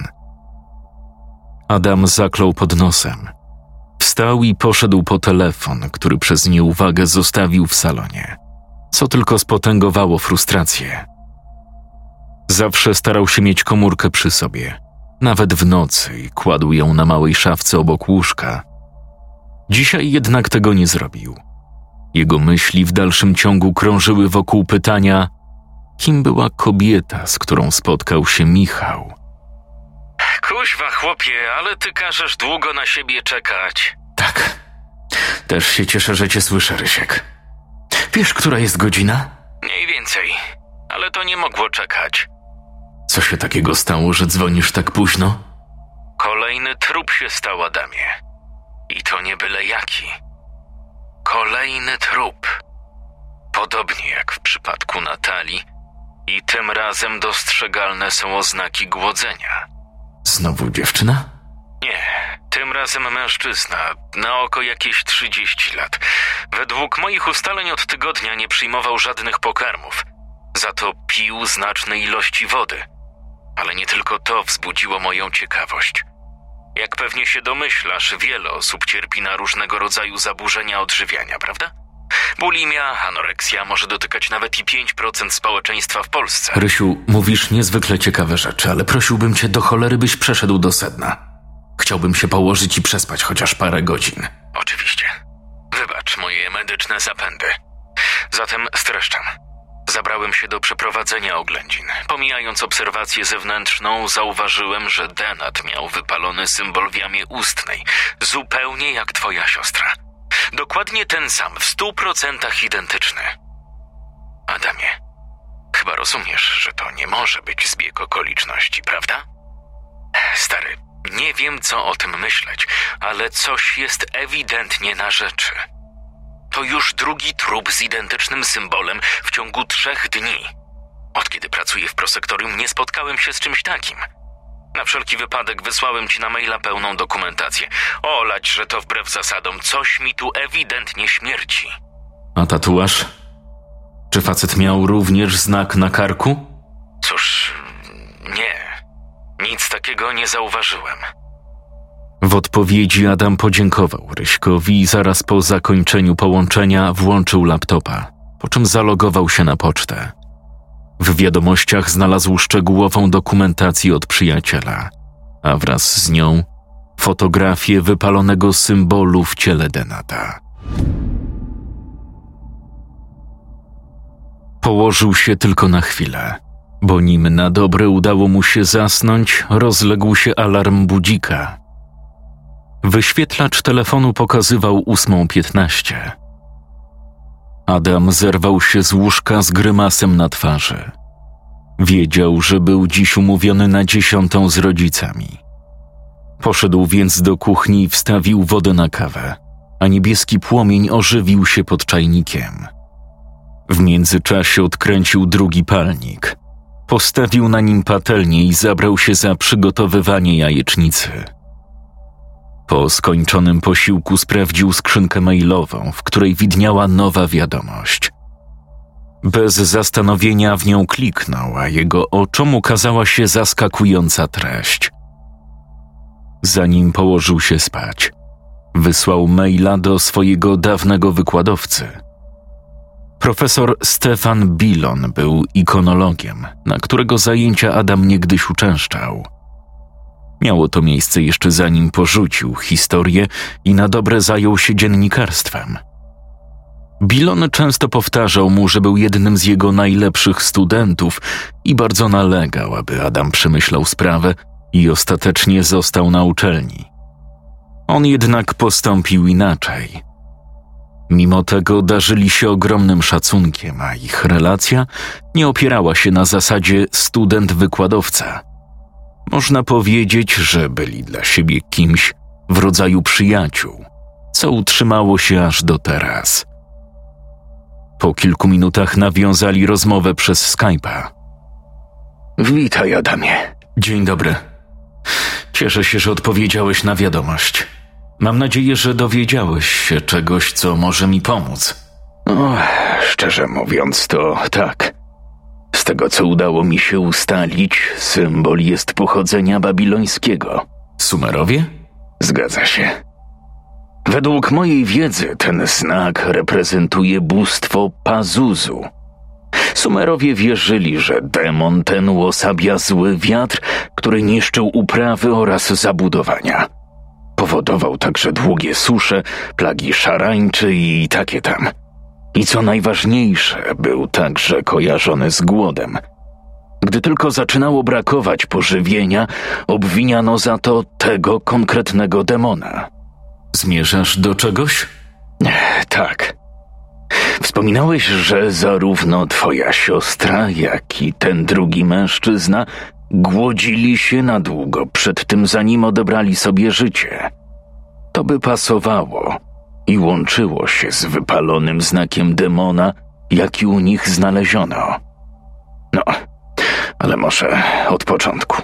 Adam zaklął pod nosem. Wstał i poszedł po telefon, który przez nieuwagę zostawił w salonie, co tylko spotęgowało frustrację. Zawsze starał się mieć komórkę przy sobie, nawet w nocy, i kładł ją na małej szafce obok łóżka. Dzisiaj jednak tego nie zrobił. Jego myśli w dalszym ciągu krążyły wokół pytania, kim była kobieta, z którą spotkał się Michał. Kuźwa, chłopie, ale ty każesz długo na siebie czekać. Tak. Też się cieszę, że cię słyszę, Rysiek. Wiesz, która jest godzina? Mniej więcej, ale to nie mogło czekać. Co się takiego stało, że dzwonisz tak późno? Kolejny trup się stał, Adamie. I to nie byle jaki. Kolejny trup. Podobnie jak w przypadku Natalii. I tym razem dostrzegalne są oznaki głodzenia. Znowu dziewczyna? Nie, tym razem mężczyzna, na oko jakieś trzydzieści lat. Według moich ustaleń od tygodnia nie przyjmował żadnych pokarmów. Za to pił znaczne ilości wody. Ale nie tylko to wzbudziło moją ciekawość. Jak pewnie się domyślasz, wiele osób cierpi na różnego rodzaju zaburzenia odżywiania, prawda? Bulimia, anoreksja może dotykać nawet i pięć procent społeczeństwa w Polsce. Rysiu, mówisz niezwykle ciekawe rzeczy, ale prosiłbym cię do cholery, byś przeszedł do sedna. Chciałbym się położyć i przespać chociaż parę godzin. Oczywiście. Wybacz moje medyczne zapędy. Zatem streszczam. Zabrałem się do przeprowadzenia oględzin. Pomijając obserwację zewnętrzną, zauważyłem, że Denat miał wypalony symbol w jamie ustnej, zupełnie jak twoja siostra. Dokładnie ten sam, w stu procentach identyczny. Adamie, chyba rozumiesz, że to nie może być zbieg okoliczności, prawda? Stary, nie wiem, co o tym myśleć, ale coś jest ewidentnie na rzeczy. To już drugi trup z identycznym symbolem w ciągu trzech dni. Od kiedy pracuję w prosektorium, nie spotkałem się z czymś takim. Na wszelki wypadek wysłałem ci na maila pełną dokumentację. Olać, że to wbrew zasadom, coś mi tu ewidentnie śmierci. A tatuaż? Czy facet miał również znak na karku? Cóż, nie. Nic takiego nie zauważyłem. W odpowiedzi Adam podziękował Ryśkowi i zaraz po zakończeniu połączenia włączył laptopa, po czym zalogował się na pocztę. W wiadomościach znalazł szczegółową dokumentację od przyjaciela, a wraz z nią fotografię wypalonego symbolu w ciele Denata. Położył się tylko na chwilę, bo nim na dobre udało mu się zasnąć, rozległ się alarm budzika. Wyświetlacz telefonu pokazywał ósmą piętnaście. Adam zerwał się z łóżka z grymasem na twarzy. Wiedział, że był dziś umówiony na dziesiątą z rodzicami. Poszedł więc do kuchni i wstawił wodę na kawę, a niebieski płomień ożywił się pod czajnikiem. W międzyczasie odkręcił drugi palnik. Postawił na nim patelnię i zabrał się za przygotowywanie jajecznicy. Po skończonym posiłku sprawdził skrzynkę mailową, w której widniała nowa wiadomość. Bez zastanowienia w nią kliknął, a jego oczom ukazała się zaskakująca treść. Zanim położył się spać, wysłał maila do swojego dawnego wykładowcy. Profesor Stefan Bilon był ikonologiem, na którego zajęcia Adam niegdyś uczęszczał. Miało to miejsce jeszcze zanim porzucił historię i na dobre zajął się dziennikarstwem. Bilon często powtarzał mu, że był jednym z jego najlepszych studentów i bardzo nalegał, aby Adam przemyślał sprawę i ostatecznie został na uczelni. On jednak postąpił inaczej. Mimo tego darzyli się ogromnym szacunkiem, a ich relacja nie opierała się na zasadzie student-wykładowca. Można powiedzieć, że byli dla siebie kimś w rodzaju przyjaciół, co utrzymało się aż do teraz. Po kilku minutach nawiązali rozmowę przez Skype'a. Witaj, Adamie. Dzień dobry. Cieszę się, że odpowiedziałeś na wiadomość. Mam nadzieję, że dowiedziałeś się czegoś, co może mi pomóc. O, szczerze mówiąc, to tak. Z tego, co udało mi się ustalić, symbol jest pochodzenia babilońskiego. Sumerowie? Zgadza się. Według mojej wiedzy ten znak reprezentuje bóstwo Pazuzu. Sumerowie wierzyli, że demon ten uosabia zły wiatr, który niszczył uprawy oraz zabudowania. Powodował także długie susze, plagi szarańczy i takie tam. I co najważniejsze, był także kojarzony z głodem. Gdy tylko zaczynało brakować pożywienia, obwiniano za to tego konkretnego demona. Zmierzasz do czegoś? Tak. Wspominałeś, że zarówno twoja siostra, jak i ten drugi mężczyzna głodzili się na długo przed tym, zanim odebrali sobie życie. To by pasowało i łączyło się z wypalonym znakiem demona, jaki u nich znaleziono. No, ale może od początku.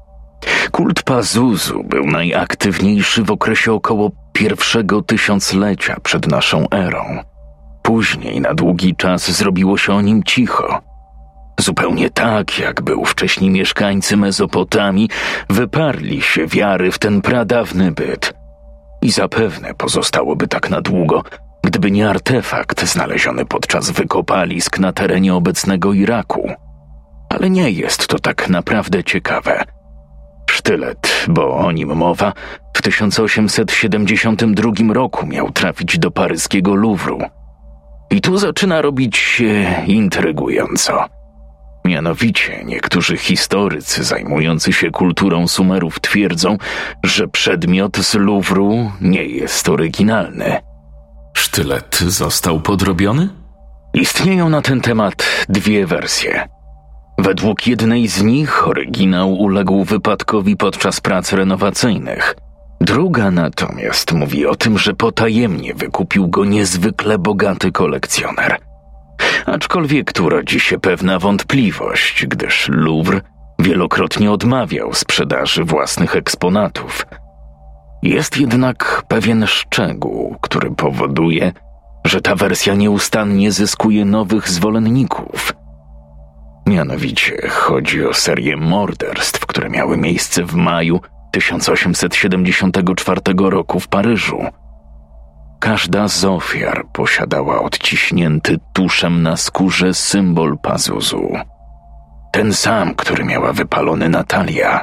Kult Pazuzu był najaktywniejszy w okresie około pierwszego tysiąclecia przed naszą erą. Później na długi czas zrobiło się o nim cicho. Zupełnie tak, jakby ówcześni mieszkańcy Mezopotamii wyparli się wiary w ten pradawny byt. I zapewne pozostałoby tak na długo, gdyby nie artefakt znaleziony podczas wykopalisk na terenie obecnego Iraku. Ale nie jest to tak naprawdę ciekawe. Sztylet, bo o nim mowa, w tysiąc osiemset siedemdziesiątym drugim roku miał trafić do paryskiego Luwru. I tu zaczyna robić się intrygująco. Mianowicie niektórzy historycy zajmujący się kulturą Sumerów twierdzą, że przedmiot z Luwru nie jest oryginalny. Sztylet został podrobiony? Istnieją na ten temat dwie wersje. Według jednej z nich oryginał uległ wypadkowi podczas prac renowacyjnych. Druga natomiast mówi o tym, że potajemnie wykupił go niezwykle bogaty kolekcjoner. Aczkolwiek tu rodzi się pewna wątpliwość, gdyż Louvre wielokrotnie odmawiał sprzedaży własnych eksponatów. Jest jednak pewien szczegół, który powoduje, że ta wersja nieustannie zyskuje nowych zwolenników. Mianowicie chodzi o serię morderstw, które miały miejsce w maju tysiąc osiemset siedemdziesiątego czwartego roku w Paryżu. Każda z ofiar posiadała odciśnięty tuszem na skórze symbol Pazuzu. Ten sam, który miała wypalony Natalia.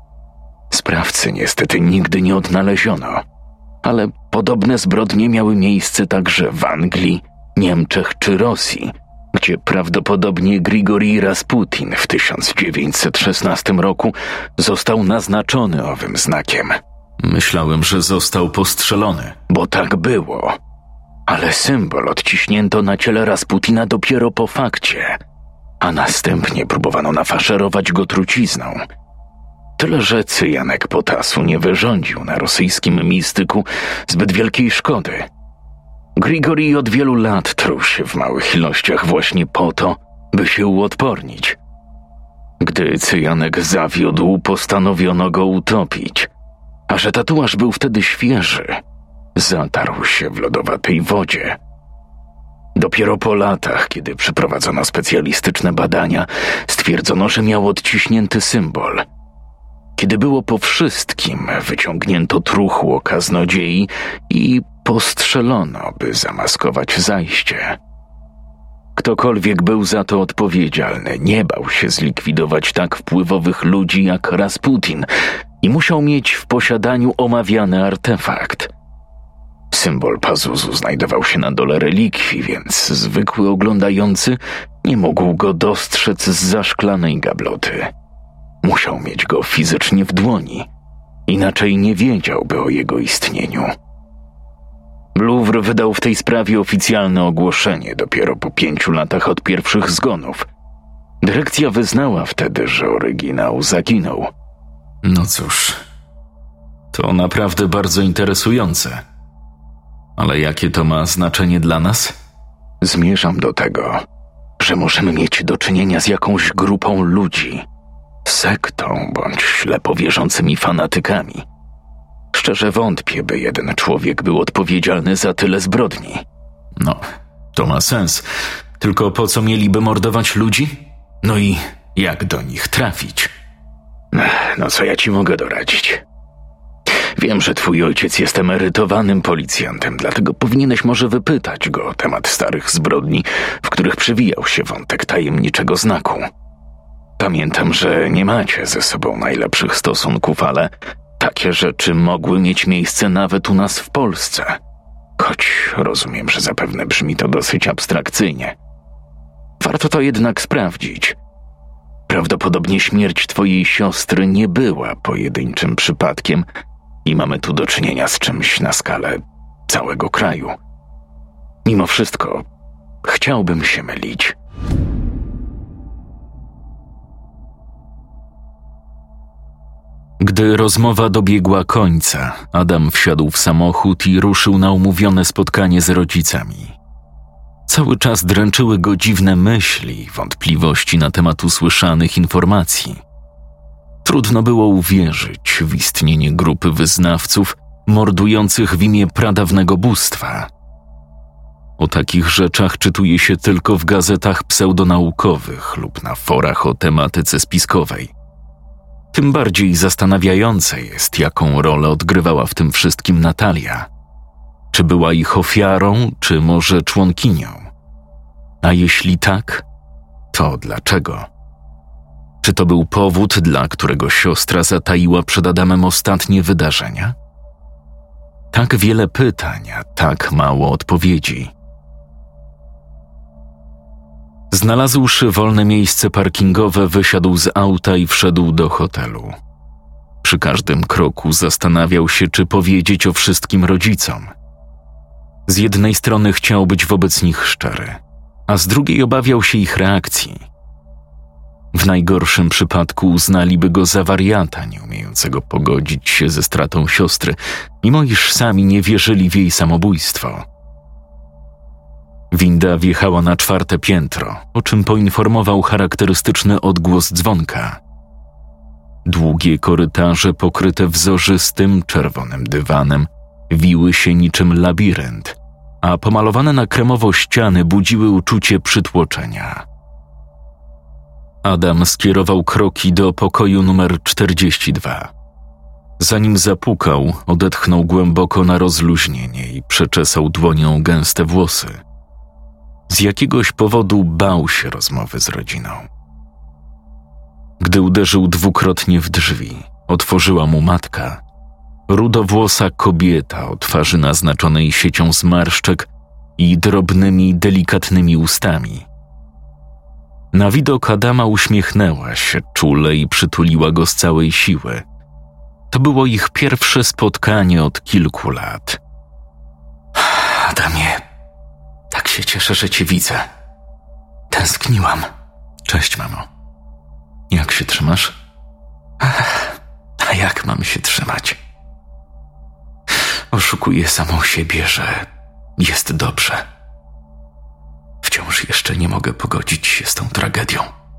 Sprawcy niestety nigdy nie odnaleziono, ale podobne zbrodnie miały miejsce także w Anglii, Niemczech czy Rosji, gdzie prawdopodobnie Grigori Rasputin w tysiąc dziewięćset szesnastym roku został naznaczony owym znakiem. Myślałem, że został postrzelony. Bo tak było. Ale symbol odciśnięto na ciele Rasputina dopiero po fakcie, a następnie próbowano nafaszerować go trucizną. Tyle, że cyjanek potasu nie wyrządził na rosyjskim mistyku zbyt wielkiej szkody. Grigori od wielu lat truł się w małych ilościach właśnie po to, by się uodpornić. Gdy cyjanek zawiódł, postanowiono go utopić, a że tatuaż był wtedy świeży, zatarł się w lodowatej wodzie. Dopiero po latach, kiedy przeprowadzono specjalistyczne badania, stwierdzono, że miał odciśnięty symbol. Kiedy było po wszystkim, wyciągnięto truchło kaznodziei i postrzelono, by zamaskować zajście. Ktokolwiek był za to odpowiedzialny, nie bał się zlikwidować tak wpływowych ludzi jak Rasputin i musiał mieć w posiadaniu omawiany artefakt. Symbol Pazuzu znajdował się na dole relikwii, więc zwykły oglądający nie mógł go dostrzec zza szklanej gabloty. Musiał mieć go fizycznie w dłoni, inaczej nie wiedziałby o jego istnieniu. Louvre wydał w tej sprawie oficjalne ogłoszenie dopiero po pięciu latach od pierwszych zgonów. Dyrekcja wyznała wtedy, że oryginał zaginął. No cóż, to naprawdę bardzo interesujące. Ale jakie to ma znaczenie dla nas? Zmierzam do tego, że możemy mieć do czynienia z jakąś grupą ludzi, sektą bądź ślepo wierzącymi fanatykami. Szczerze wątpię, by jeden człowiek był odpowiedzialny za tyle zbrodni. No, to ma sens. Tylko po co mieliby mordować ludzi? No i jak do nich trafić? No co ja ci mogę doradzić? Wiem, że twój ojciec jest emerytowanym policjantem, dlatego powinieneś może wypytać go o temat starych zbrodni, w których przewijał się wątek tajemniczego znaku. Pamiętam, że nie macie ze sobą najlepszych stosunków, ale takie rzeczy mogły mieć miejsce nawet u nas w Polsce. Choć rozumiem, że zapewne brzmi to dosyć abstrakcyjnie. Warto to jednak sprawdzić. Prawdopodobnie śmierć twojej siostry nie była pojedynczym przypadkiem i mamy tu do czynienia z czymś na skalę całego kraju. Mimo wszystko, chciałbym się mylić. Gdy rozmowa dobiegła końca, Adam wsiadł w samochód i ruszył na umówione spotkanie z rodzicami. Cały czas dręczyły go dziwne myśli i wątpliwości na temat usłyszanych informacji. Trudno było uwierzyć w istnienie grupy wyznawców mordujących w imię pradawnego bóstwa. O takich rzeczach czytuje się tylko w gazetach pseudonaukowych lub na forach o tematyce spiskowej. Tym bardziej zastanawiające jest, jaką rolę odgrywała w tym wszystkim Natalia. Czy była ich ofiarą, czy może członkinią? A jeśli tak, to dlaczego? Czy to był powód, dla którego siostra zataiła przed Adamem ostatnie wydarzenia? Tak wiele pytań, a tak mało odpowiedzi. Znalazłszy wolne miejsce parkingowe, wysiadł z auta i wszedł do hotelu. Przy każdym kroku zastanawiał się, czy powiedzieć o wszystkim rodzicom. Z jednej strony chciał być wobec nich szczery, a z drugiej obawiał się ich reakcji. W najgorszym przypadku uznaliby go za wariata, nie umiejącego pogodzić się ze stratą siostry, mimo iż sami nie wierzyli w jej samobójstwo. Winda wjechała na czwarte piętro, o czym poinformował charakterystyczny odgłos dzwonka. Długie korytarze pokryte wzorzystym, czerwonym dywanem wiły się niczym labirynt, a pomalowane na kremowo ściany budziły uczucie przytłoczenia. Adam skierował kroki do pokoju numer czterdzieści dwa. Zanim zapukał, odetchnął głęboko na rozluźnienie i przeczesał dłonią gęste włosy. Z jakiegoś powodu bał się rozmowy z rodziną. Gdy uderzył dwukrotnie w drzwi, otworzyła mu matka. Rudowłosa kobieta o twarzy naznaczonej siecią zmarszczek i drobnymi, delikatnymi ustami. Na widok Adama uśmiechnęła się czule i przytuliła go z całej siły. To było ich pierwsze spotkanie od kilku lat. Adamie, tak się cieszę, że cię widzę. Tęskniłam. Cześć, mamo. Jak się trzymasz? Ach, a jak mam się trzymać? Oszukuję samą siebie, że jest dobrze. Wciąż jeszcze nie mogę pogodzić się z tą tragedią.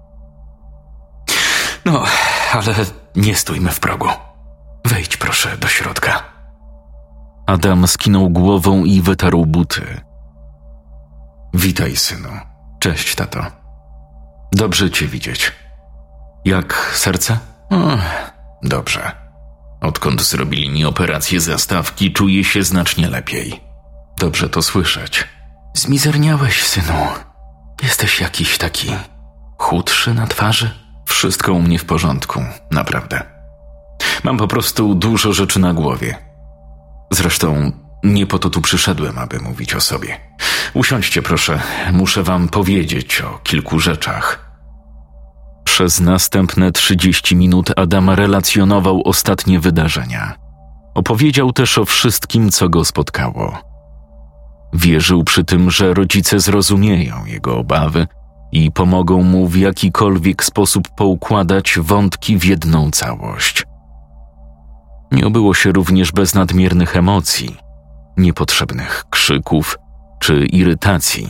No, ale nie stójmy w progu. Wejdź proszę do środka. Adam skinął głową i wytarł buty. Witaj, synu. Cześć, tato. Dobrze cię widzieć. Jak serce? O, dobrze. Odkąd zrobili mi operację zastawki, czuję się znacznie lepiej. Dobrze to słyszeć. Zmizerniałeś, synu. Jesteś jakiś taki chudszy na twarzy? Wszystko u mnie w porządku, naprawdę. Mam po prostu dużo rzeczy na głowie. Zresztą nie po to tu przyszedłem, aby mówić o sobie. Usiądźcie proszę, muszę wam powiedzieć o kilku rzeczach. Przez następne trzydzieści minut Adam relacjonował ostatnie wydarzenia. Opowiedział też o wszystkim, co go spotkało. Wierzył przy tym, że rodzice zrozumieją jego obawy i pomogą mu w jakikolwiek sposób poukładać wątki w jedną całość. Nie obyło się również bez nadmiernych emocji, niepotrzebnych krzyków czy irytacji.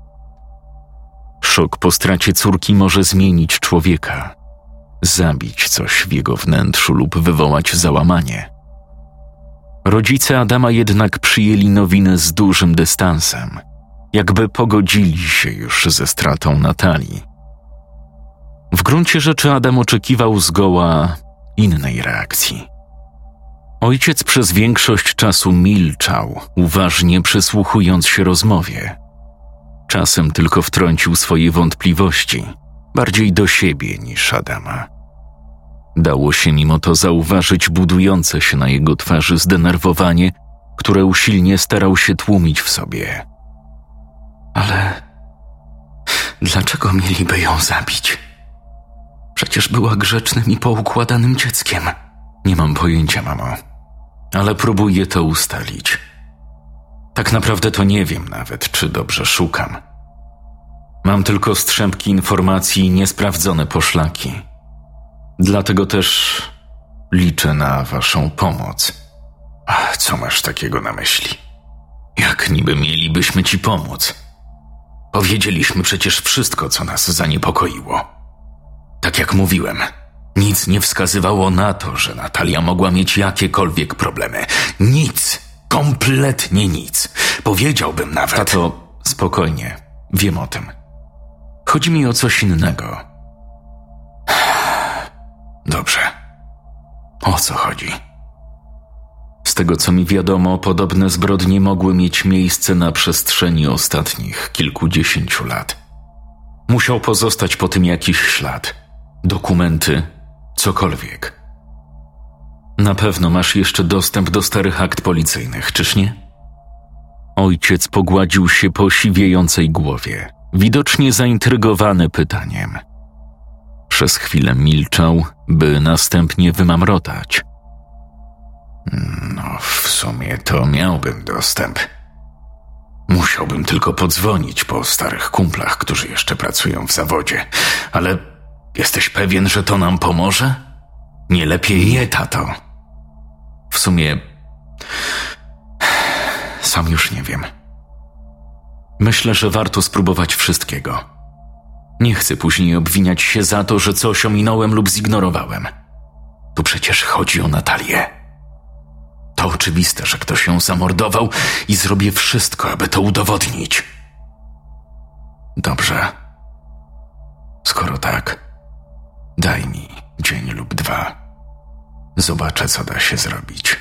Szok po stracie córki może zmienić człowieka, zabić coś w jego wnętrzu lub wywołać załamanie. Rodzice Adama jednak przyjęli nowinę z dużym dystansem, jakby pogodzili się już ze stratą Natalii. W gruncie rzeczy Adam oczekiwał zgoła innej reakcji. Ojciec przez większość czasu milczał, uważnie przysłuchując się rozmowie. Czasem tylko wtrącił swoje wątpliwości, bardziej do siebie niż Adama. Dało się mimo to zauważyć budujące się na jego twarzy zdenerwowanie, które usilnie starał się tłumić w sobie. Ale dlaczego mieliby ją zabić? Przecież była grzecznym i poukładanym dzieckiem. Nie mam pojęcia, mamo, ale próbuję to ustalić. Tak naprawdę to nie wiem nawet, czy dobrze szukam. Mam tylko strzępki informacji i niesprawdzone poszlaki. Dlatego też liczę na waszą pomoc. Ach, co masz takiego na myśli? Jak niby mielibyśmy ci pomóc? Powiedzieliśmy przecież wszystko, co nas zaniepokoiło. Tak jak mówiłem, nic nie wskazywało na to, że Natalia mogła mieć jakiekolwiek problemy. Nic. Kompletnie nic. Powiedziałbym nawet... Tato, spokojnie. Wiem o tym. Chodzi mi o coś innego. Dobrze. O co chodzi? Z tego, co mi wiadomo, podobne zbrodnie mogły mieć miejsce na przestrzeni ostatnich kilkudziesięciu lat. Musiał pozostać po tym jakiś ślad. Dokumenty, cokolwiek. Na pewno masz jeszcze dostęp do starych akt policyjnych, czyż nie? Ojciec pogładził się po siwiejącej głowie, widocznie zaintrygowany pytaniem. Przez chwilę milczał, by następnie wymamrotać. No, w sumie to miałbym dostęp. Musiałbym tylko podzwonić po starych kumplach, którzy jeszcze pracują w zawodzie. Ale jesteś pewien, że to nam pomoże? Nie lepiej je, tato. W sumie... Sam już nie wiem. Myślę, że warto spróbować wszystkiego. Nie chcę później obwiniać się za to, że coś ominąłem lub zignorowałem. Tu przecież chodzi o Natalię. To oczywiste, że ktoś ją zamordował i zrobię wszystko, aby to udowodnić. Dobrze. Skoro tak, daj mi dzień lub dwa. Zobaczę, co da się zrobić.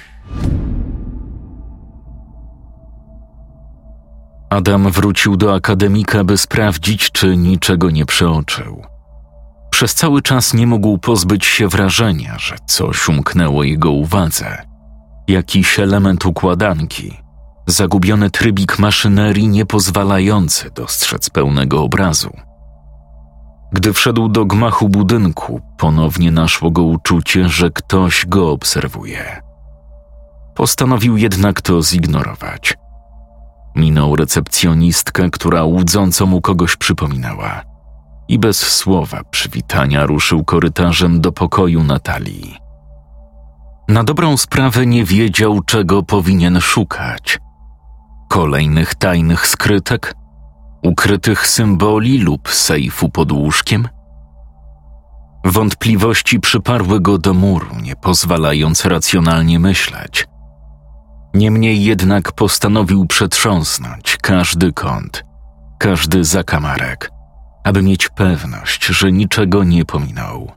Adam wrócił do akademika, by sprawdzić, czy niczego nie przeoczył. Przez cały czas nie mógł pozbyć się wrażenia, że coś umknęło jego uwadze. Jakiś element układanki, zagubiony trybik maszynerii nie pozwalający dostrzec pełnego obrazu. Gdy wszedł do gmachu budynku, ponownie naszło go uczucie, że ktoś go obserwuje. Postanowił jednak to zignorować. Minął recepcjonistkę, która łudząco mu kogoś przypominała i bez słowa przywitania ruszył korytarzem do pokoju Natalii. Na dobrą sprawę nie wiedział, czego powinien szukać. Kolejnych tajnych skrytek? Ukrytych symboli lub sejfu pod łóżkiem? Wątpliwości przyparły go do muru, nie pozwalając racjonalnie myśleć. Niemniej jednak postanowił przetrząsnąć każdy kąt, każdy zakamarek, aby mieć pewność, że niczego nie pominął.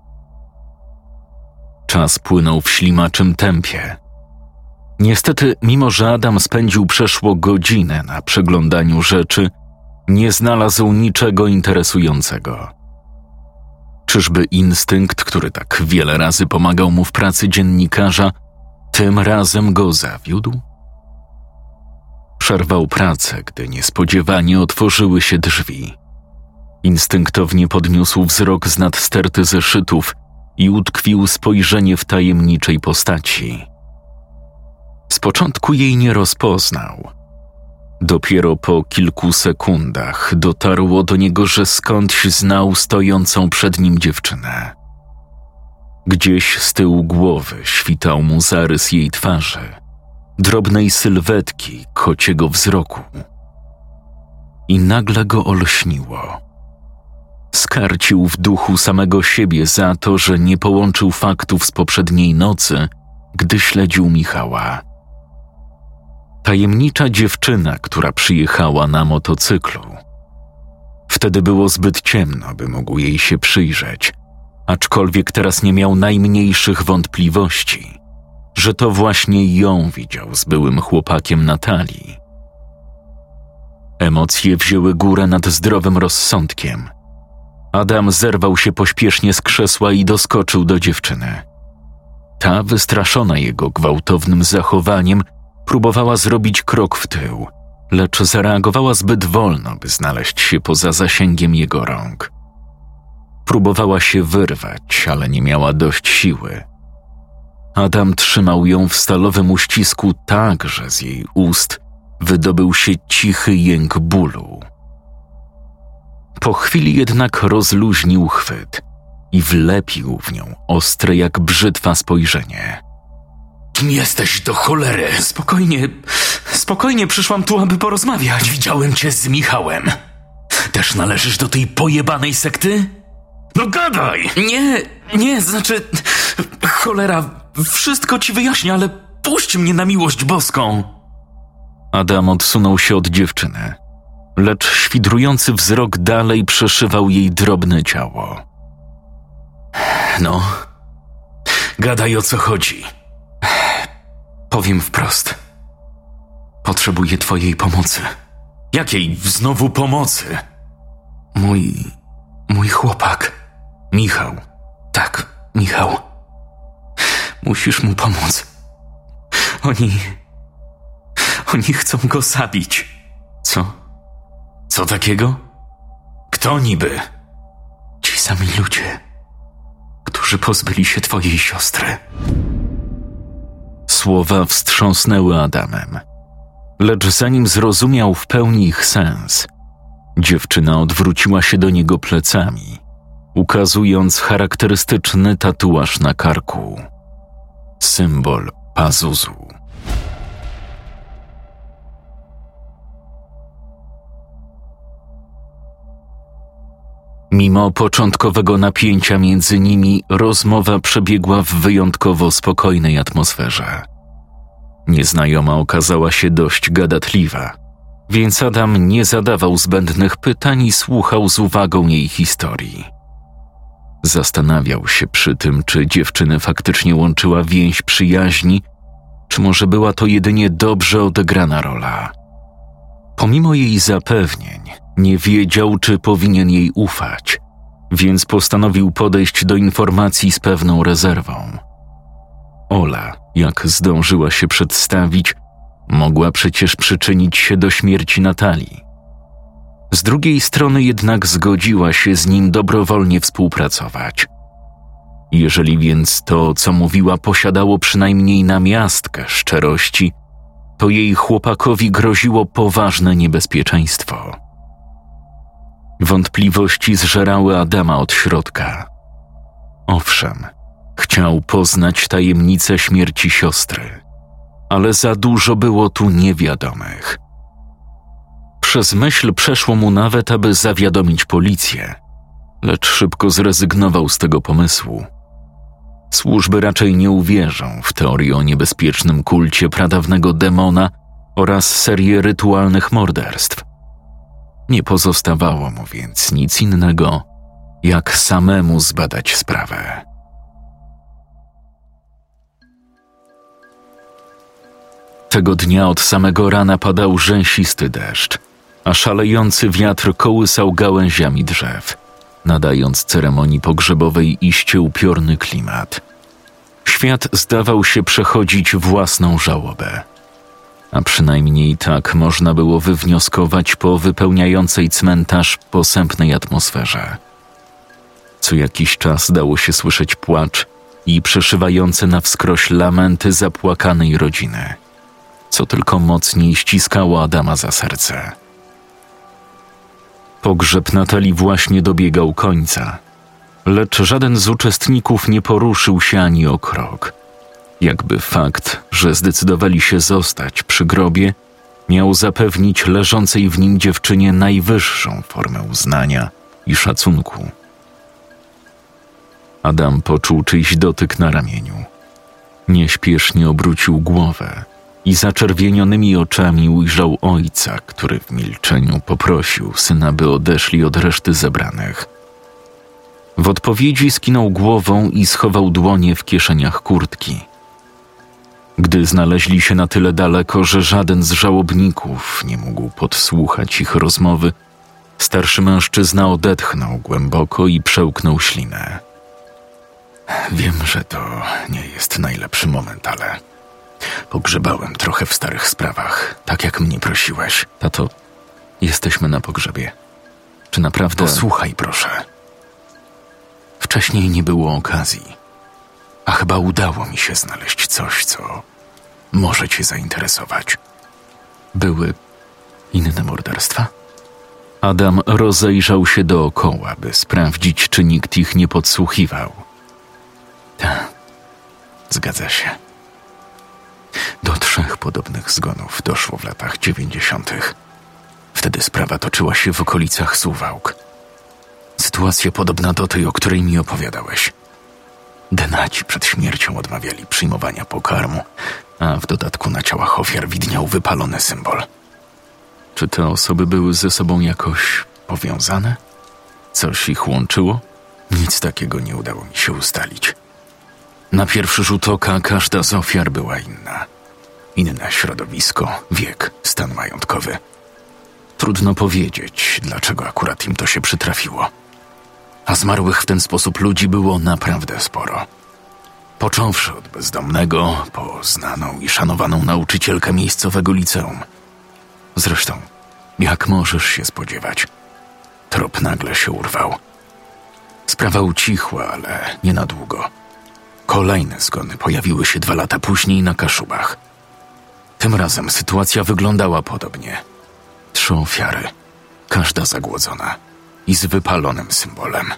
Czas płynął w ślimaczym tempie. Niestety, mimo że Adam spędził przeszło godzinę na przeglądaniu rzeczy, nie znalazł niczego interesującego. Czyżby instynkt, który tak wiele razy pomagał mu w pracy dziennikarza, tym razem go zawiódł? Przerwał pracę, gdy niespodziewanie otworzyły się drzwi. Instynktownie podniósł wzrok z nad sterty zeszytów i utkwił spojrzenie w tajemniczej postaci. Z początku jej nie rozpoznał. Dopiero po kilku sekundach dotarło do niego, że skądś znał stojącą przed nim dziewczynę. Gdzieś z tyłu głowy świtał mu zarys jej twarzy, drobnej sylwetki kociego wzroku. I nagle go olśniło. Skarcił w duchu samego siebie za to, że nie połączył faktów z poprzedniej nocy, gdy śledził Michała. Tajemnicza dziewczyna, która przyjechała na motocyklu. Wtedy było zbyt ciemno, by mógł jej się przyjrzeć, aczkolwiek teraz nie miał najmniejszych wątpliwości, że to właśnie ją widział z byłym chłopakiem Natalii. Emocje wzięły górę nad zdrowym rozsądkiem. Adam zerwał się pośpiesznie z krzesła i doskoczył do dziewczyny. Ta, wystraszona jego gwałtownym zachowaniem, próbowała zrobić krok w tył, lecz zareagowała zbyt wolno, by znaleźć się poza zasięgiem jego rąk. Próbowała się wyrwać, ale nie miała dość siły. Adam trzymał ją w stalowym uścisku tak, że z jej ust wydobył się cichy jęk bólu. Po chwili jednak rozluźnił chwyt i wlepił w nią ostre jak brzytwa spojrzenie. Kim jesteś do cholery? Spokojnie, spokojnie, przyszłam tu, aby porozmawiać. Widziałem cię z Michałem. Też należysz do tej pojebanej sekty? No gadaj! Nie, nie, znaczy... Cholera, wszystko ci wyjaśnię, ale puść mnie na miłość boską. Adam odsunął się od dziewczyny, lecz świdrujący wzrok dalej przeszywał jej drobne ciało. No, gadaj, o co chodzi. Powiem wprost. Potrzebuję twojej pomocy. Jakiej znowu pomocy? Mój... mój chłopak. Michał. Tak, Michał. Musisz mu pomóc. Oni... Oni chcą go zabić. Co? Co takiego? Kto niby? Ci sami ludzie, którzy pozbyli się twojej siostry. Słowa wstrząsnęły Adamem. Lecz zanim zrozumiał w pełni ich sens, dziewczyna odwróciła się do niego plecami, ukazując charakterystyczny tatuaż na karku. Symbol Pazuzu. Mimo początkowego napięcia między nimi, rozmowa przebiegła w wyjątkowo spokojnej atmosferze. Nieznajoma okazała się dość gadatliwa, więc Adam nie zadawał zbędnych pytań i słuchał z uwagą jej historii. Zastanawiał się przy tym, czy dziewczynę faktycznie łączyła więź przyjaźni, czy może była to jedynie dobrze odegrana rola. Pomimo jej zapewnień, nie wiedział, czy powinien jej ufać, więc postanowił podejść do informacji z pewną rezerwą. Ola, jak zdążyła się przedstawić, mogła przecież przyczynić się do śmierci Natalii. Z drugiej strony jednak zgodziła się z nim dobrowolnie współpracować. Jeżeli więc to, co mówiła, posiadało przynajmniej namiastkę szczerości, to jej chłopakowi groziło poważne niebezpieczeństwo. Wątpliwości zżerały Adama od środka. Owszem, chciał poznać tajemnicę śmierci siostry, ale za dużo było tu niewiadomych. Przez myśl przeszło mu nawet, aby zawiadomić policję, lecz szybko zrezygnował z tego pomysłu. Służby raczej nie uwierzą w teorię o niebezpiecznym kulcie pradawnego demona oraz serię rytualnych morderstw. Nie pozostawało mu więc nic innego, jak samemu zbadać sprawę. Tego dnia od samego rana padał rzęsisty deszcz, a szalejący wiatr kołysał gałęziami drzew, nadając ceremonii pogrzebowej iście upiorny klimat. Świat zdawał się przechodzić własną żałobę. A przynajmniej tak można było wywnioskować po wypełniającej cmentarz posępnej atmosferze. Co jakiś czas dało się słyszeć płacz i przeszywające na wskroś lamenty zapłakanej rodziny, co tylko mocniej ściskało Adama za serce. Pogrzeb Natalii właśnie dobiegał końca, lecz żaden z uczestników nie poruszył się ani o krok. Jakby fakt, że zdecydowali się zostać przy grobie, miał zapewnić leżącej w nim dziewczynie najwyższą formę uznania i szacunku. Adam poczuł czyjś dotyk na ramieniu. Nieśpiesznie obrócił głowę i zaczerwienionymi oczami ujrzał ojca, który w milczeniu poprosił syna, by odeszli od reszty zebranych. W odpowiedzi skinął głową i schował dłonie w kieszeniach kurtki. Gdy znaleźli się na tyle daleko, że żaden z żałobników nie mógł podsłuchać ich rozmowy, starszy mężczyzna odetchnął głęboko i przełknął ślinę. Wiem, że to nie jest najlepszy moment, ale pogrzebałem trochę w starych sprawach, tak jak mnie prosiłeś. Tato, jesteśmy na pogrzebie. Czy naprawdę... Posłuchaj, proszę. wcześniej nie było okazji. A chyba udało mi się znaleźć coś, co może cię zainteresować. Były inne morderstwa? Adam rozejrzał się dookoła, by sprawdzić, czy nikt ich nie podsłuchiwał. Tak, zgadza się. Do trzech podobnych zgonów doszło w latach dziewięćdziesiątych. Wtedy sprawa toczyła się w okolicach Suwałk. Sytuacja podobna do tej, o której mi opowiadałeś. Denaci przed śmiercią odmawiali przyjmowania pokarmu, a w dodatku na ciałach ofiar widniał wypalony symbol. Czy te osoby były ze sobą jakoś powiązane? Coś ich łączyło? Nic takiego nie udało mi się ustalić. Na pierwszy rzut oka każda z ofiar była inna. Inne środowisko, wiek, stan majątkowy. Trudno powiedzieć, dlaczego akurat im to się przytrafiło. A zmarłych w ten sposób ludzi było naprawdę sporo. Począwszy od bezdomnego, po znaną i szanowaną nauczycielkę miejscowego liceum. Zresztą, jak możesz się spodziewać, trop nagle się urwał. Sprawa ucichła, ale nie na długo. Kolejne zgony pojawiły się dwa lata później na Kaszubach. Tym razem sytuacja wyglądała podobnie. Trzy ofiary, każda zagłodzona i z wypalonym symbolem.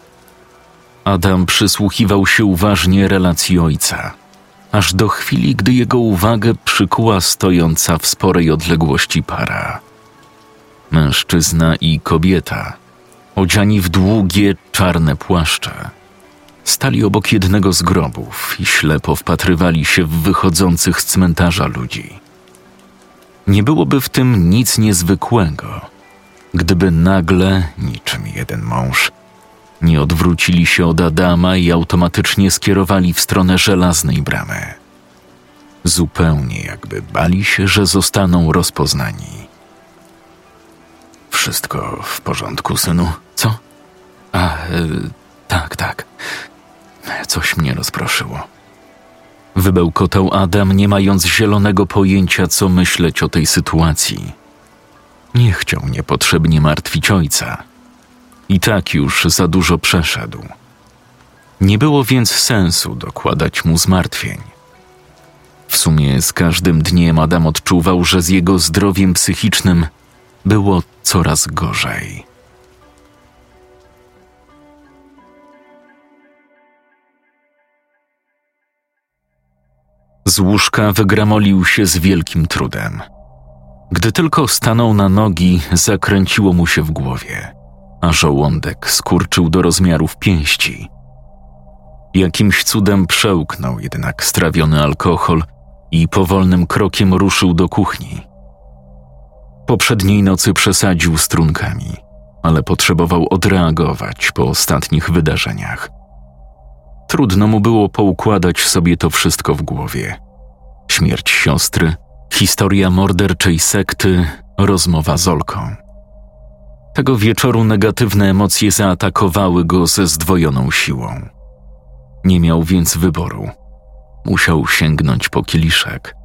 Adam przysłuchiwał się uważnie relacji ojca, aż do chwili, gdy jego uwagę przykuła stojąca w sporej odległości para. Mężczyzna i kobieta, odziani w długie, czarne płaszcze, stali obok jednego z grobów i ślepo wpatrywali się w wychodzących z cmentarza ludzi. Nie byłoby w tym nic niezwykłego, gdyby nagle, niczym jeden mąż, nie odwrócili się od Adama i automatycznie skierowali w stronę żelaznej bramy. Zupełnie jakby bali się, że zostaną rozpoznani. Wszystko w porządku, synu? Co? A, e, tak, tak. Coś mnie rozproszyło. Wybełkotał Adam, nie mając zielonego pojęcia, co myśleć o tej sytuacji. Nie chciał niepotrzebnie martwić ojca. I tak już za dużo przeszedł. Nie było więc sensu dokładać mu zmartwień. W sumie z każdym dniem Adam odczuwał, że z jego zdrowiem psychicznym było coraz gorzej. Z łóżka wygramolił się z wielkim trudem. Gdy tylko stanął na nogi, zakręciło mu się w głowie, a żołądek skurczył do rozmiarów pięści. Jakimś cudem przełknął jednak strawiony alkohol i powolnym krokiem ruszył do kuchni. Poprzedniej nocy przesadził z trunkami, ale potrzebował odreagować po ostatnich wydarzeniach. Trudno mu było poukładać sobie to wszystko w głowie. Śmierć siostry, historia morderczej sekty, rozmowa z Olką. Tego wieczoru negatywne emocje zaatakowały go ze zdwojoną siłą. Nie miał więc wyboru. Musiał sięgnąć po kieliszek.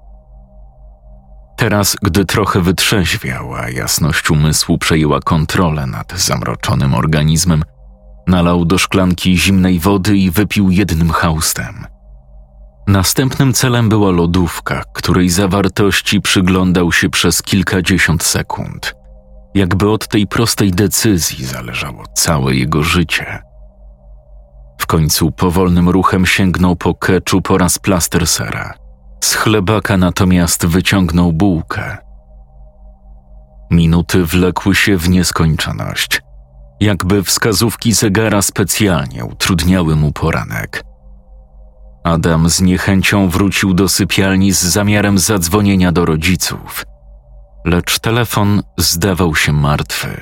Teraz, gdy trochę wytrzeźwiał, a jasność umysłu przejęła kontrolę nad zamroczonym organizmem, nalał do szklanki zimnej wody i wypił jednym chełstem. Następnym celem była lodówka, której zawartości przyglądał się przez kilkadziesiąt sekund. Jakby od tej prostej decyzji zależało całe jego życie. W końcu powolnym ruchem sięgnął po keczup oraz plaster sera. Z chlebaka natomiast wyciągnął bułkę. Minuty wlekły się w nieskończoność. Jakby wskazówki zegara specjalnie utrudniały mu poranek. Adam z niechęcią wrócił do sypialni z zamiarem zadzwonienia do rodziców, lecz telefon zdawał się martwy.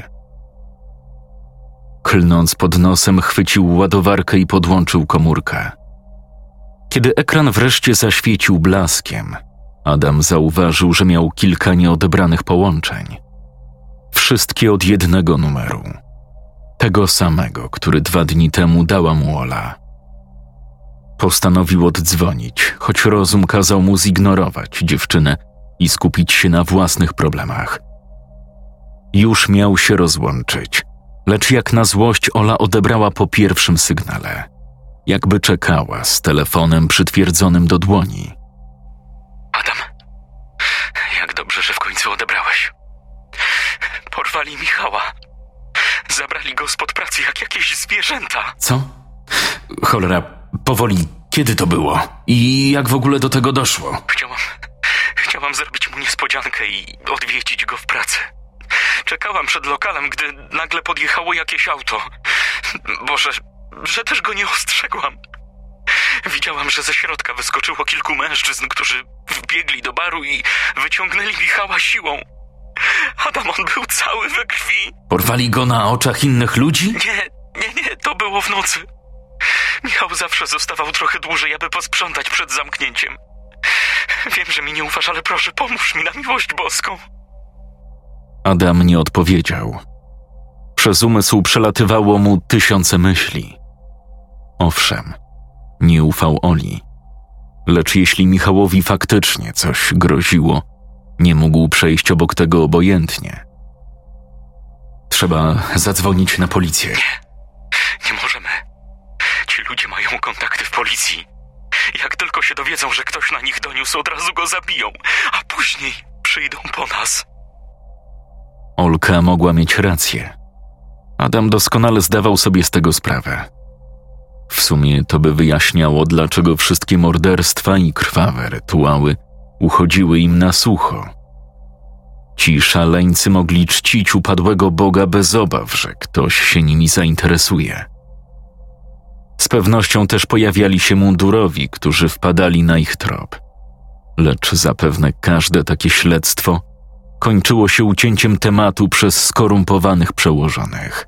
Klnąc pod nosem, chwycił ładowarkę i podłączył komórkę. Kiedy ekran wreszcie zaświecił blaskiem, Adam zauważył, że miał kilka nieodebranych połączeń. Wszystkie od jednego numeru. Tego samego, który dwa dni temu dała mu Ola. Postanowił oddzwonić, choć rozum kazał mu zignorować dziewczynę i skupić się na własnych problemach. Już miał się rozłączyć, Lecz jak na złość Ola odebrała po pierwszym sygnale. Jakby czekała z telefonem przytwierdzonym do dłoni. Adam, jak dobrze, że w końcu odebrałeś. Porwali Michała. Zabrali go spod pracy jak jakieś zwierzęta. Co? Cholera, powoli, kiedy to było? I jak w ogóle do tego doszło? Chciałam, chciałam zrobić mu niespodziankę i odwiedzić go w pracy. Czekałam przed lokalem, gdy nagle podjechało jakieś auto. Boże, że też go nie ostrzegłam. Widziałam, że ze środka wyskoczyło kilku mężczyzn, którzy wbiegli do baru i wyciągnęli Michała siłą. Adam, on był cały we krwi. Porwali go na oczach innych ludzi? Nie, nie, nie, to było w nocy. Michał zawsze zostawał trochę dłużej, aby posprzątać przed zamknięciem. Wiem, że mi nie ufasz, ale proszę, pomóż mi na miłość boską. Adam nie odpowiedział. Przez umysł przelatywało mu tysiące myśli. Owszem, nie ufał Oli. Lecz jeśli Michałowi faktycznie coś groziło, nie mógł przejść obok tego obojętnie. Trzeba zadzwonić na policję. Nie, nie możemy. Ci ludzie mają kontakty w policji. Jak tylko się dowiedzą, że ktoś na nich doniósł, od razu go zabiją, a później przyjdą po nas. Olka mogła mieć rację. Adam doskonale zdawał sobie z tego sprawę. W sumie to by wyjaśniało, dlaczego wszystkie morderstwa i krwawe rytuały uchodziły im na sucho. Ci szaleńcy mogli czcić upadłego Boga bez obaw, że ktoś się nimi zainteresuje. Z pewnością też pojawiali się mundurowi, którzy wpadali na ich trop. Lecz zapewne każde takie śledztwo kończyło się ucięciem tematu przez skorumpowanych przełożonych.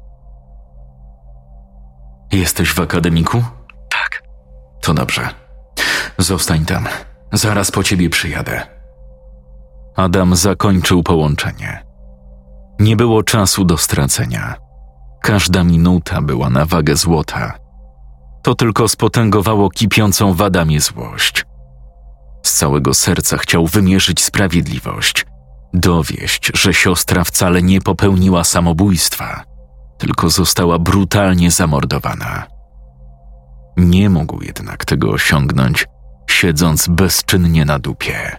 Jesteś w akademiku? Tak. To dobrze. Zostań tam. Zaraz po ciebie przyjadę. Adam zakończył połączenie. Nie było czasu do stracenia. Każda minuta była na wagę złota. To tylko spotęgowało kipiącą w Adamie złość. Z całego serca chciał wymierzyć sprawiedliwość. Dowieść, że siostra wcale nie popełniła samobójstwa, tylko została brutalnie zamordowana. Nie mógł jednak tego osiągnąć, siedząc bezczynnie na dupie.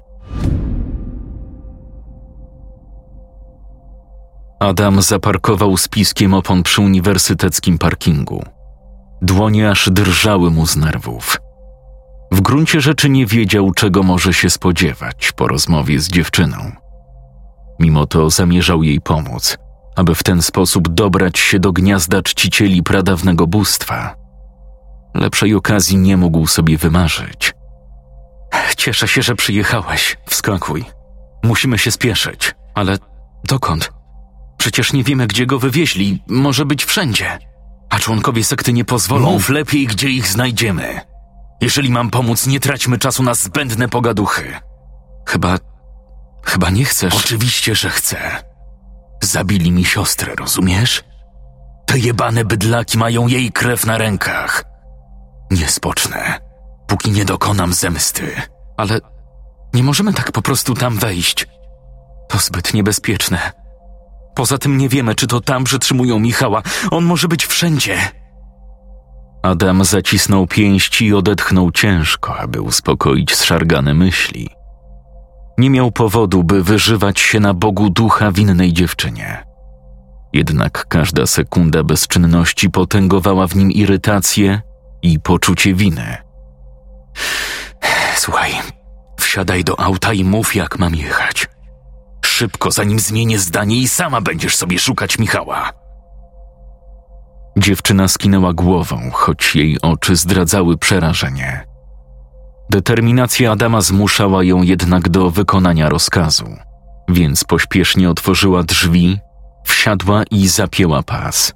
Adam zaparkował z piskiem opon przy uniwersyteckim parkingu. Dłonie aż drżały mu z nerwów. W gruncie rzeczy nie wiedział, czego może się spodziewać po rozmowie z dziewczyną. Mimo to zamierzał jej pomóc, aby w ten sposób dobrać się do gniazda czcicieli pradawnego bóstwa. Lepszej okazji nie mógł sobie wymarzyć. Cieszę się, że przyjechałeś. Wskakuj. Musimy się spieszyć. Ale dokąd? Przecież nie wiemy, gdzie go wywieźli. Może być wszędzie. A członkowie sekty nie pozwolą. Mów lepiej, gdzie ich znajdziemy. Jeżeli mam pomóc, nie traćmy czasu na zbędne pogaduchy. Chyba... Chyba nie chcesz? Oczywiście, że chcę. Zabili mi siostrę, rozumiesz? Te jebane bydlaki mają jej krew na rękach. Nie spocznę, póki nie dokonam zemsty. Ale nie możemy tak po prostu tam wejść. To zbyt niebezpieczne. Poza tym nie wiemy, czy to tam przetrzymują Michała. On może być wszędzie. Adam zacisnął pięści i odetchnął ciężko, aby uspokoić zszargane myśli. Nie miał powodu, by wyżywać się na Bogu ducha winnej dziewczynie. Jednak każda sekunda bezczynności potęgowała w nim irytację i poczucie winy. Słuchaj, wsiadaj do auta i mów, jak mam jechać. Szybko, zanim zmienię zdanie i sama będziesz sobie szukać Michała. Dziewczyna skinęła głową, choć jej oczy zdradzały przerażenie. Determinacja Adama zmuszała ją jednak do wykonania rozkazu, więc pośpiesznie otworzyła drzwi, wsiadła i zapięła pas.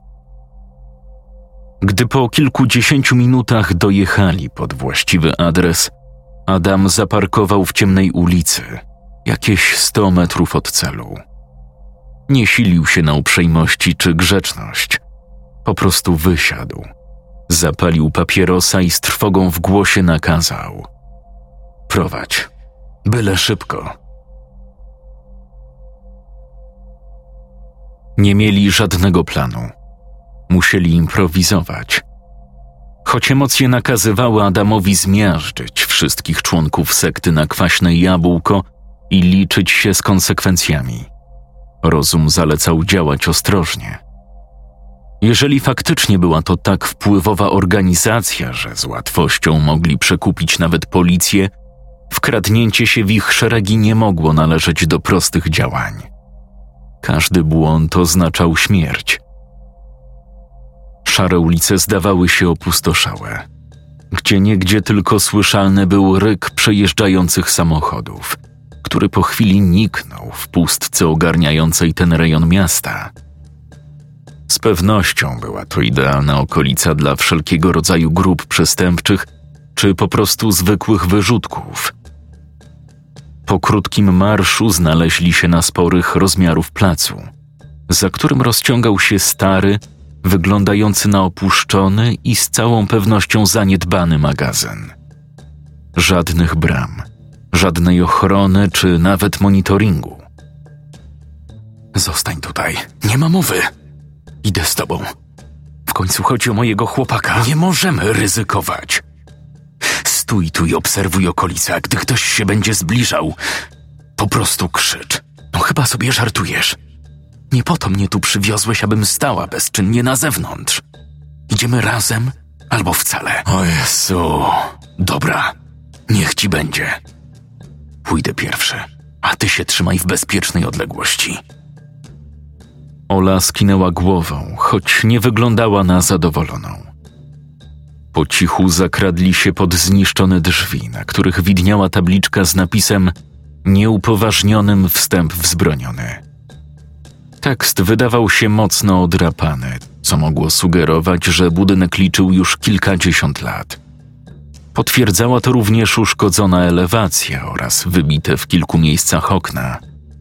Gdy po kilkudziesięciu minutach dojechali pod właściwy adres, Adam zaparkował w ciemnej ulicy, jakieś sto metrów od celu. Nie silił się na uprzejmości czy grzeczność. Po prostu wysiadł. Zapalił papierosa i z trwogą w głosie nakazał: prowadź, byle szybko. Nie mieli żadnego planu. Musieli improwizować. Choć emocje nakazywały Adamowi zmiażdżyć wszystkich członków sekty na kwaśne jabłko i liczyć się z konsekwencjami, rozum zalecał działać ostrożnie. Jeżeli faktycznie była to tak wpływowa organizacja, że z łatwością mogli przekupić nawet policję, wkradnięcie się w ich szeregi nie mogło należeć do prostych działań. Każdy błąd oznaczał śmierć. Szare ulice zdawały się opustoszałe. Gdzieniegdzie tylko słyszalny był ryk przejeżdżających samochodów, który po chwili niknął w pustce ogarniającej ten rejon miasta. Z pewnością była to idealna okolica dla wszelkiego rodzaju grup przestępczych czy po prostu zwykłych wyrzutków. Po krótkim marszu znaleźli się na sporych rozmiarów placu, za którym rozciągał się stary, wyglądający na opuszczony i z całą pewnością zaniedbany magazyn. Żadnych bram, żadnej ochrony czy nawet monitoringu. Zostań tutaj, nie ma mowy. Idę z tobą. W końcu chodzi o mojego chłopaka. Nie możemy ryzykować. Stój tu i obserwuj okolice, a gdy ktoś się będzie zbliżał, po prostu krzycz. No chyba sobie żartujesz. Nie po to mnie tu przywiozłeś, abym stała bezczynnie na zewnątrz. Idziemy razem albo wcale. O Jezu. Dobra, niech ci będzie. Pójdę pierwszy, a ty się trzymaj w bezpiecznej odległości. Ola skinęła głową, choć nie wyglądała na zadowoloną. Po cichu zakradli się pod zniszczone drzwi, na których widniała tabliczka z napisem „Nieupoważnionym wstęp wzbroniony”. Tekst wydawał się mocno odrapany, co mogło sugerować, że budynek liczył już kilkadziesiąt lat. Potwierdzała to również uszkodzona elewacja oraz wybite w kilku miejscach okna.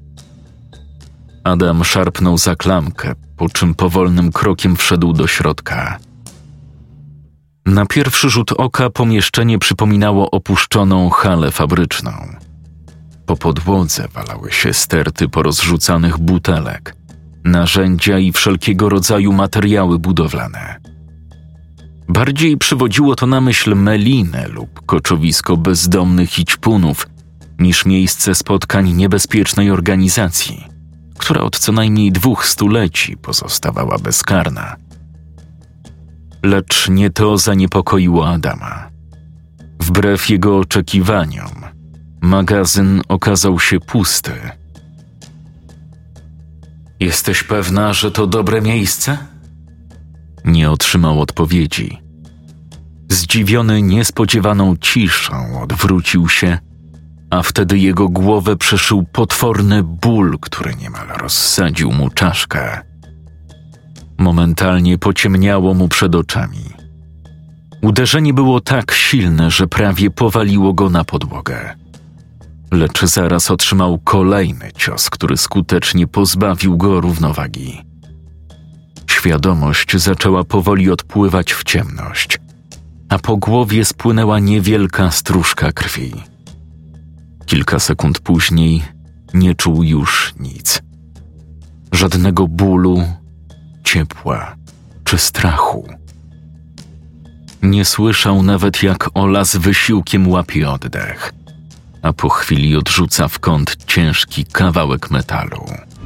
Adam szarpnął za klamkę, po czym powolnym krokiem wszedł do środka. Na pierwszy rzut oka pomieszczenie przypominało opuszczoną halę fabryczną. Po podłodze walały się sterty porozrzucanych butelek, narzędzia i wszelkiego rodzaju materiały budowlane. Bardziej przywodziło to na myśl melinę lub koczowisko bezdomnych i ćpunów, niż miejsce spotkań niebezpiecznej organizacji, która od co najmniej dwóch stuleci pozostawała bezkarna. Lecz nie to zaniepokoiło Adama. Wbrew jego oczekiwaniom, magazyn okazał się pusty. Jesteś pewna, że to dobre miejsce? Nie otrzymał odpowiedzi. Zdziwiony niespodziewaną ciszą odwrócił się, a wtedy jego głowę przeszył potworny ból, który niemal rozsadził mu czaszkę. Momentalnie pociemniało mu przed oczami. Uderzenie było tak silne, że prawie powaliło go na podłogę. Lecz zaraz otrzymał kolejny cios, który skutecznie pozbawił go równowagi. Świadomość zaczęła powoli odpływać w ciemność, a po głowie spłynęła niewielka stróżka krwi. Kilka sekund później nie czuł już nic. Żadnego bólu, ciepła czy strachu. Nie słyszał nawet, jak Ola z wysiłkiem łapie oddech, a po chwili odrzuca w kąt ciężki kawałek metalu.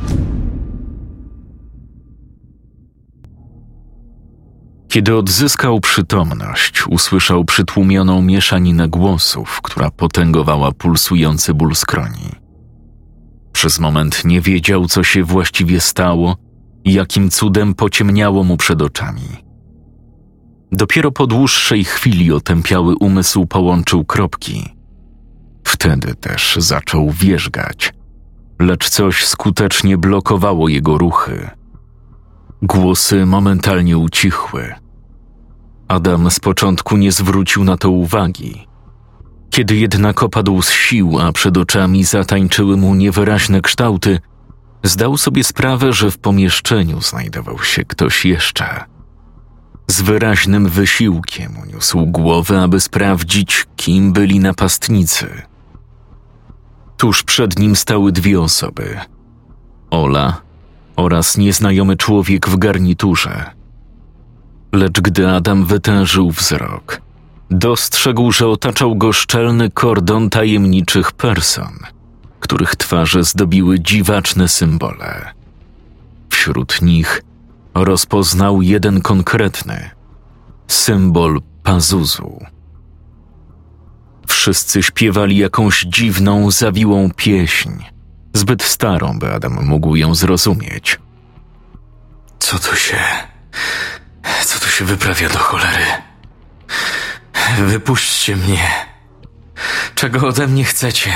Kiedy odzyskał przytomność, usłyszał przytłumioną mieszaninę głosów, która potęgowała pulsujący ból skroni. Przez moment nie wiedział, co się właściwie stało i jakim cudem pociemniało mu przed oczami. Dopiero po dłuższej chwili otępiały umysł połączył kropki. Wtedy też zaczął wierzgać, lecz coś skutecznie blokowało jego ruchy. Głosy momentalnie ucichły. Adam z początku nie zwrócił na to uwagi. Kiedy jednak opadł z sił, a przed oczami zatańczyły mu niewyraźne kształty, zdał sobie sprawę, że w pomieszczeniu znajdował się ktoś jeszcze. Z wyraźnym wysiłkiem uniósł głowę, aby sprawdzić, kim byli napastnicy. Tuż przed nim stały dwie osoby. Ola oraz nieznajomy człowiek w garniturze. Lecz gdy Adam wytężył wzrok, dostrzegł, że otaczał go szczelny kordon tajemniczych person, których twarze zdobiły dziwaczne symbole. Wśród nich rozpoznał jeden konkretny – symbol Pazuzu. Wszyscy śpiewali jakąś dziwną, zawiłą pieśń, zbyt starą, by Adam mógł ją zrozumieć. Co tu się... Co tu się wyprawia do cholery? Wypuśćcie mnie. Czego ode mnie chcecie?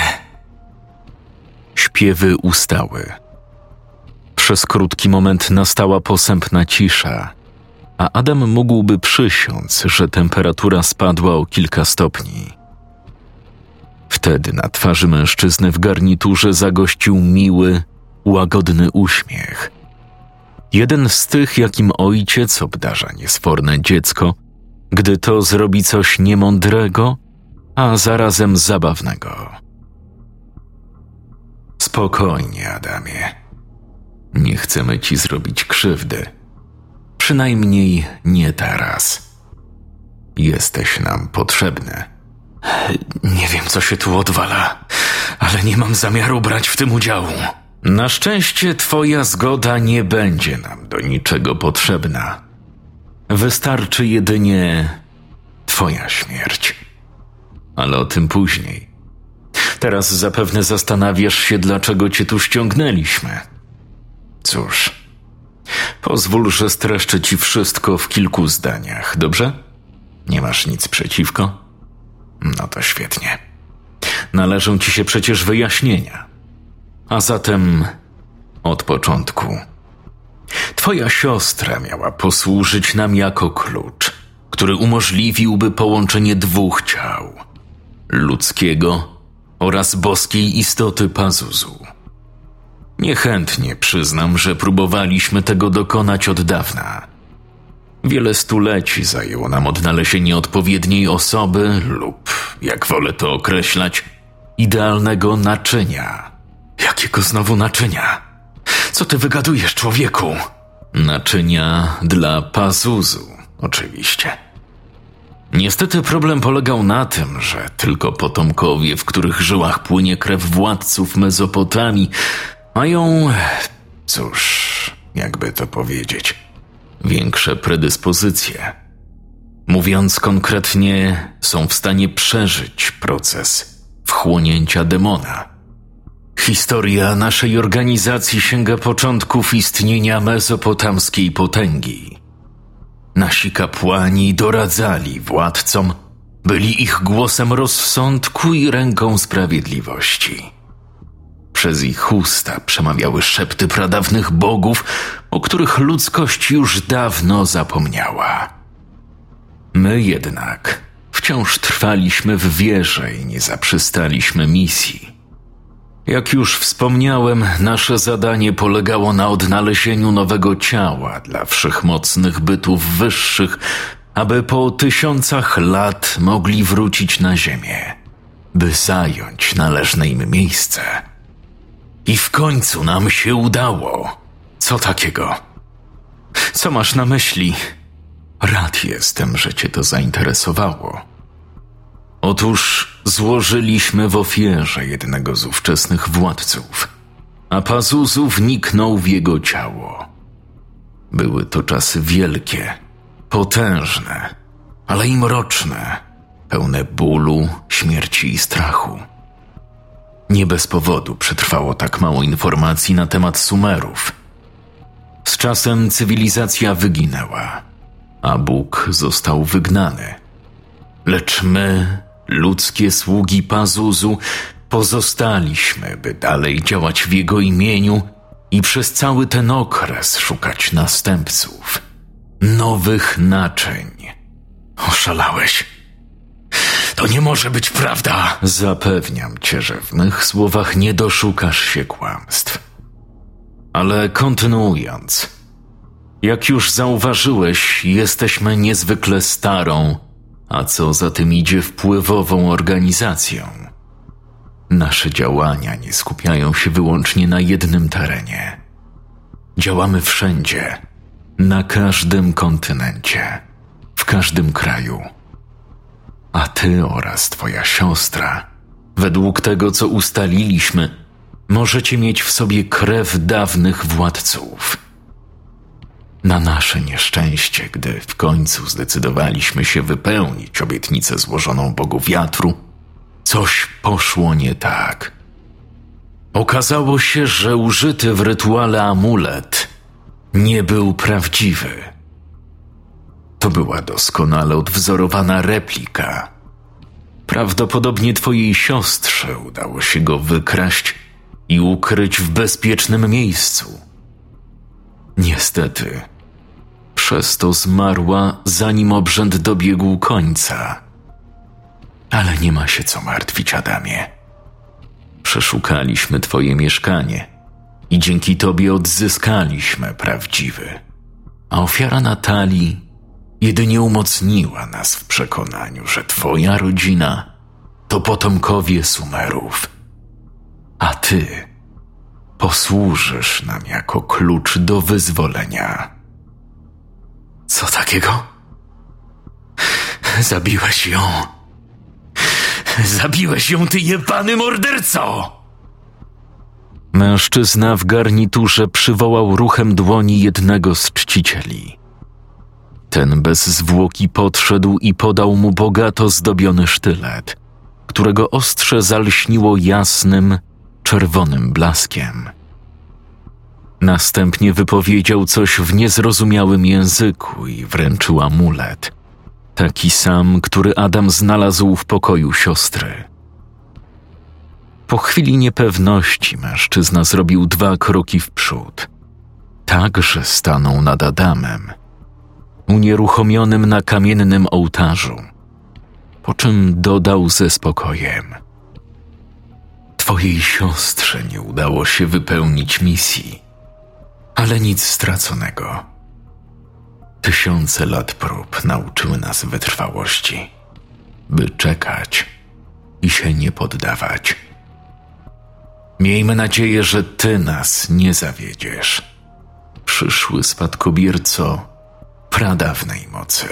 Śpiewy ustały. Przez krótki moment nastała posępna cisza, a Adam mógłby przysiąc, że temperatura spadła o kilka stopni. Wtedy na twarzy mężczyzny w garniturze zagościł miły, łagodny uśmiech. Jeden z tych, jakim ojciec obdarza niesforne dziecko, gdy to zrobi coś niemądrego, a zarazem zabawnego. Spokojnie, Adamie. Nie chcemy ci zrobić krzywdy. Przynajmniej nie teraz. Jesteś nam potrzebny. Nie wiem, co się tu odwala, ale nie mam zamiaru brać w tym udziału. Na szczęście twoja zgoda nie będzie nam do niczego potrzebna. Wystarczy jedynie twoja śmierć. Ale o tym później. Teraz zapewne zastanawiasz się, dlaczego cię tu ściągnęliśmy. Cóż, pozwól, że streszczę ci wszystko w kilku zdaniach, dobrze? Nie masz nic przeciwko? No to świetnie. Należą ci się przecież wyjaśnienia. A zatem od początku. Twoja siostra miała posłużyć nam jako klucz, który umożliwiłby połączenie dwóch ciał. Ludzkiego oraz boskiej istoty Pazuzu. Niechętnie przyznam, że próbowaliśmy tego dokonać od dawna. Wiele stuleci zajęło nam odnalezienie odpowiedniej osoby lub, jak wolę to określać, idealnego naczynia. Jakiego znowu naczynia? Co ty wygadujesz, człowieku? Naczynia dla Pazuzu, oczywiście. Niestety problem polegał na tym, że tylko potomkowie, w których żyłach płynie krew władców Mezopotamii, mają, cóż, jakby to powiedzieć, większe predyspozycje. Mówiąc konkretnie, są w stanie przeżyć proces wchłonięcia demona. Historia naszej organizacji sięga początków istnienia mezopotamskiej potęgi. Nasi kapłani doradzali władcom, byli ich głosem rozsądku i ręką sprawiedliwości. Przez ich usta przemawiały szepty pradawnych bogów, o których ludzkość już dawno zapomniała. My jednak wciąż trwaliśmy w wierze i nie zaprzestaliśmy misji. Jak już wspomniałem, nasze zadanie polegało na odnalezieniu nowego ciała dla wszechmocnych bytów wyższych, aby po tysiącach lat mogli wrócić na ziemię, by zająć należne im miejsce. I w końcu nam się udało. Co takiego? Co masz na myśli? Rad jestem, że cię to zainteresowało. Otóż złożyliśmy w ofierze jednego z ówczesnych władców, a Pazuzu wniknął w jego ciało. Były to czasy wielkie, potężne, ale i mroczne, pełne bólu, śmierci i strachu. Nie bez powodu przetrwało tak mało informacji na temat Sumerów. Z czasem cywilizacja wyginęła, a Bóg został wygnany. Lecz my, ludzkie sługi Pazuzu, pozostaliśmy, by dalej działać w jego imieniu i przez cały ten okres szukać następców, nowych naczyń. Oszalałeś. To nie może być prawda. Zapewniam cię, że w mych słowach nie doszukasz się kłamstw. Ale kontynuując, jak już zauważyłeś, jesteśmy niezwykle starą, a co za tym idzie wpływową organizacją. Nasze działania nie skupiają się wyłącznie na jednym terenie. Działamy wszędzie, na każdym kontynencie. w każdym kraju. A ty oraz twoja siostra, według tego co ustaliliśmy, możecie mieć w sobie krew dawnych władców. Na nasze nieszczęście, gdy w końcu zdecydowaliśmy się wypełnić obietnicę złożoną Bogu Wiatru, coś poszło nie tak. Okazało się, że użyty w rytuale amulet nie był prawdziwy. To była doskonale odwzorowana replika. Prawdopodobnie twojej siostrze udało się go wykraść i ukryć w bezpiecznym miejscu. Niestety, przez to zmarła, zanim obrzęd dobiegł końca. Ale nie ma się co martwić, Adamie. Przeszukaliśmy twoje mieszkanie i dzięki tobie odzyskaliśmy prawdziwy. A ofiara Natalii jedynie umocniła nas w przekonaniu, że twoja rodzina to potomkowie Sumerów, a ty posłużysz nam jako klucz do wyzwolenia. Co takiego? Zabiłeś ją. Zabiłeś ją, ty jebany morderco! Mężczyzna w garniturze przywołał ruchem dłoni jednego z czcicieli. Ten bez zwłoki podszedł i podał mu bogato zdobiony sztylet, którego ostrze zalśniło jasnym, czerwonym blaskiem. Następnie wypowiedział coś w niezrozumiałym języku i wręczył amulet, taki sam, który Adam znalazł w pokoju siostry. Po chwili niepewności mężczyzna zrobił dwa kroki w przód, tak że stanął nad Adamem, unieruchomionym na kamiennym ołtarzu, po czym dodał ze spokojem: twojej siostrze nie udało się wypełnić misji, ale nic straconego. Tysiące lat prób nauczyły nas wytrwałości, by czekać i się nie poddawać. Miejmy nadzieję, że ty nas nie zawiedziesz, przyszły spadkobierco pradawnej mocy.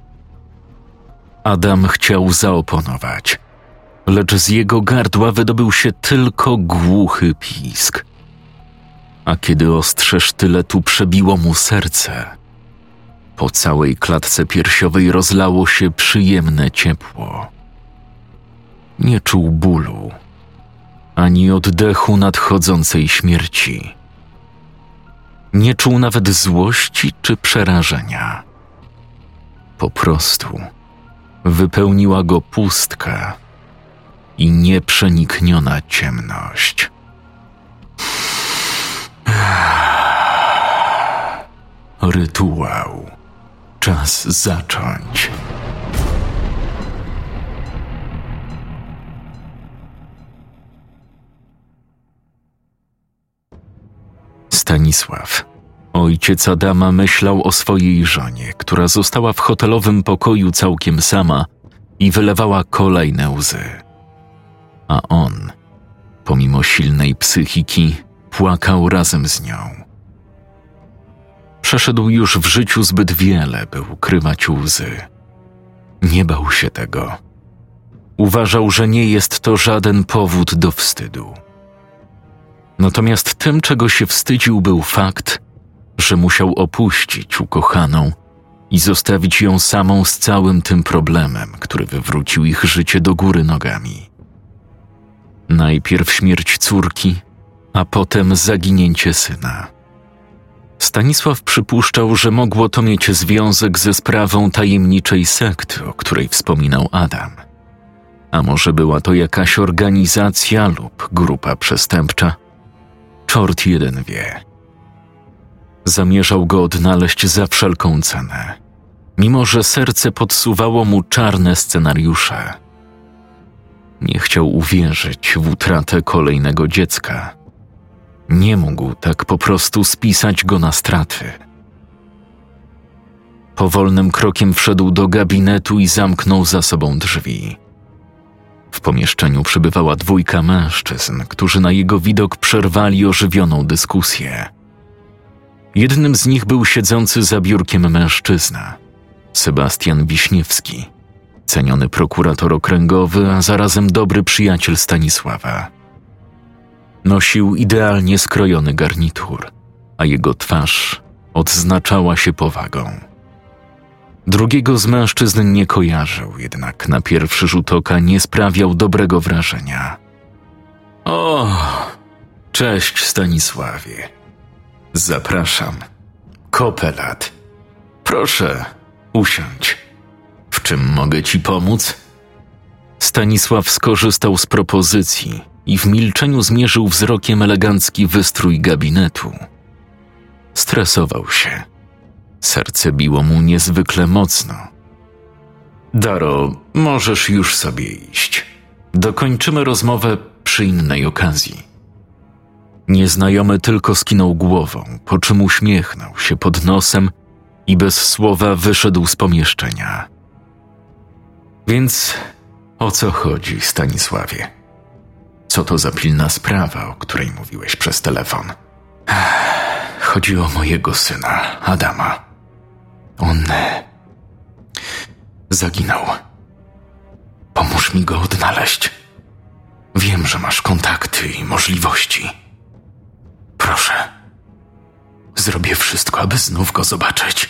Adam chciał zaoponować, lecz z jego gardła wydobył się tylko głuchy pisk. A kiedy ostrze sztyletu przebiło mu serce, po całej klatce piersiowej rozlało się przyjemne ciepło. Nie czuł bólu, ani oddechu nadchodzącej śmierci. Nie czuł nawet złości czy przerażenia. Po prostu wypełniła go pustka i nieprzenikniona ciemność. Rytuał. Czas zacząć. Stanisław, ojciec Adama, myślał o swojej żonie, która została w hotelowym pokoju całkiem sama i wylewała kolejne łzy. A on, pomimo silnej psychiki, płakał razem z nią. Przeszedł już w życiu zbyt wiele, by ukrywać łzy. Nie bał się tego. Uważał, że nie jest to żaden powód do wstydu. Natomiast tym, czego się wstydził, był fakt, że musiał opuścić ukochaną i zostawić ją samą z całym tym problemem, który wywrócił ich życie do góry nogami. Najpierw śmierć córki, a potem zaginięcie syna. Stanisław przypuszczał, że mogło to mieć związek ze sprawą tajemniczej sekty, o której wspominał Adam. A może była to jakaś organizacja lub grupa przestępcza? Czort jeden wie. Zamierzał go odnaleźć za wszelką cenę, mimo że serce podsuwało mu czarne scenariusze. Nie chciał uwierzyć w utratę kolejnego dziecka. Nie mógł tak po prostu spisać go na straty. Powolnym krokiem wszedł do gabinetu i zamknął za sobą drzwi. W pomieszczeniu przebywała dwójka mężczyzn, którzy na jego widok przerwali ożywioną dyskusję. Jednym z nich był siedzący za biurkiem mężczyzna, Sebastian Wiśniewski, ceniony prokurator okręgowy, a zarazem dobry przyjaciel Stanisława. Nosił idealnie skrojony garnitur, a jego twarz odznaczała się powagą. Drugiego z mężczyzn nie kojarzył, jednak na pierwszy rzut oka nie sprawiał dobrego wrażenia. O, cześć Stanisławie. Zapraszam. Kopelat. Proszę, usiądź. W czym mogę ci pomóc? Stanisław skorzystał z propozycji i w milczeniu zmierzył wzrokiem elegancki wystrój gabinetu. Stresował się. Serce biło mu niezwykle mocno. Daro, możesz już sobie iść. Dokończymy rozmowę przy innej okazji. Nieznajomy tylko skinął głową, po czym uśmiechnął się pod nosem i bez słowa wyszedł z pomieszczenia. Więc o co chodzi, Stanisławie? Co to za pilna sprawa, o której mówiłeś przez telefon? Chodzi o mojego syna, Adama. On zaginął. Pomóż mi go odnaleźć. Wiem, że masz kontakty i możliwości. Proszę. Zrobię wszystko, aby znów go zobaczyć.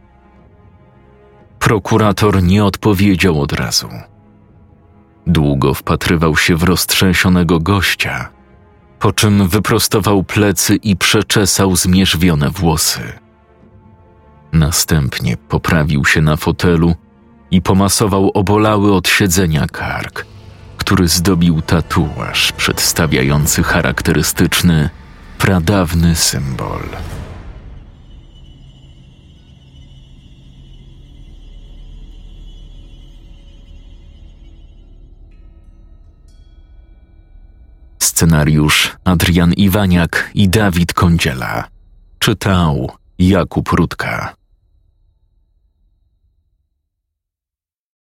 Prokurator nie odpowiedział od razu. Długo wpatrywał się w roztrzęsionego gościa, po czym wyprostował plecy i przeczesał zmierzwione włosy. Następnie poprawił się na fotelu i pomasował obolały od siedzenia kark, który zdobił tatuaż przedstawiający charakterystyczny, pradawny symbol. Scenariusz Adrian Iwaniak i Dawid Kądziela. Czytał Jakub Rutka.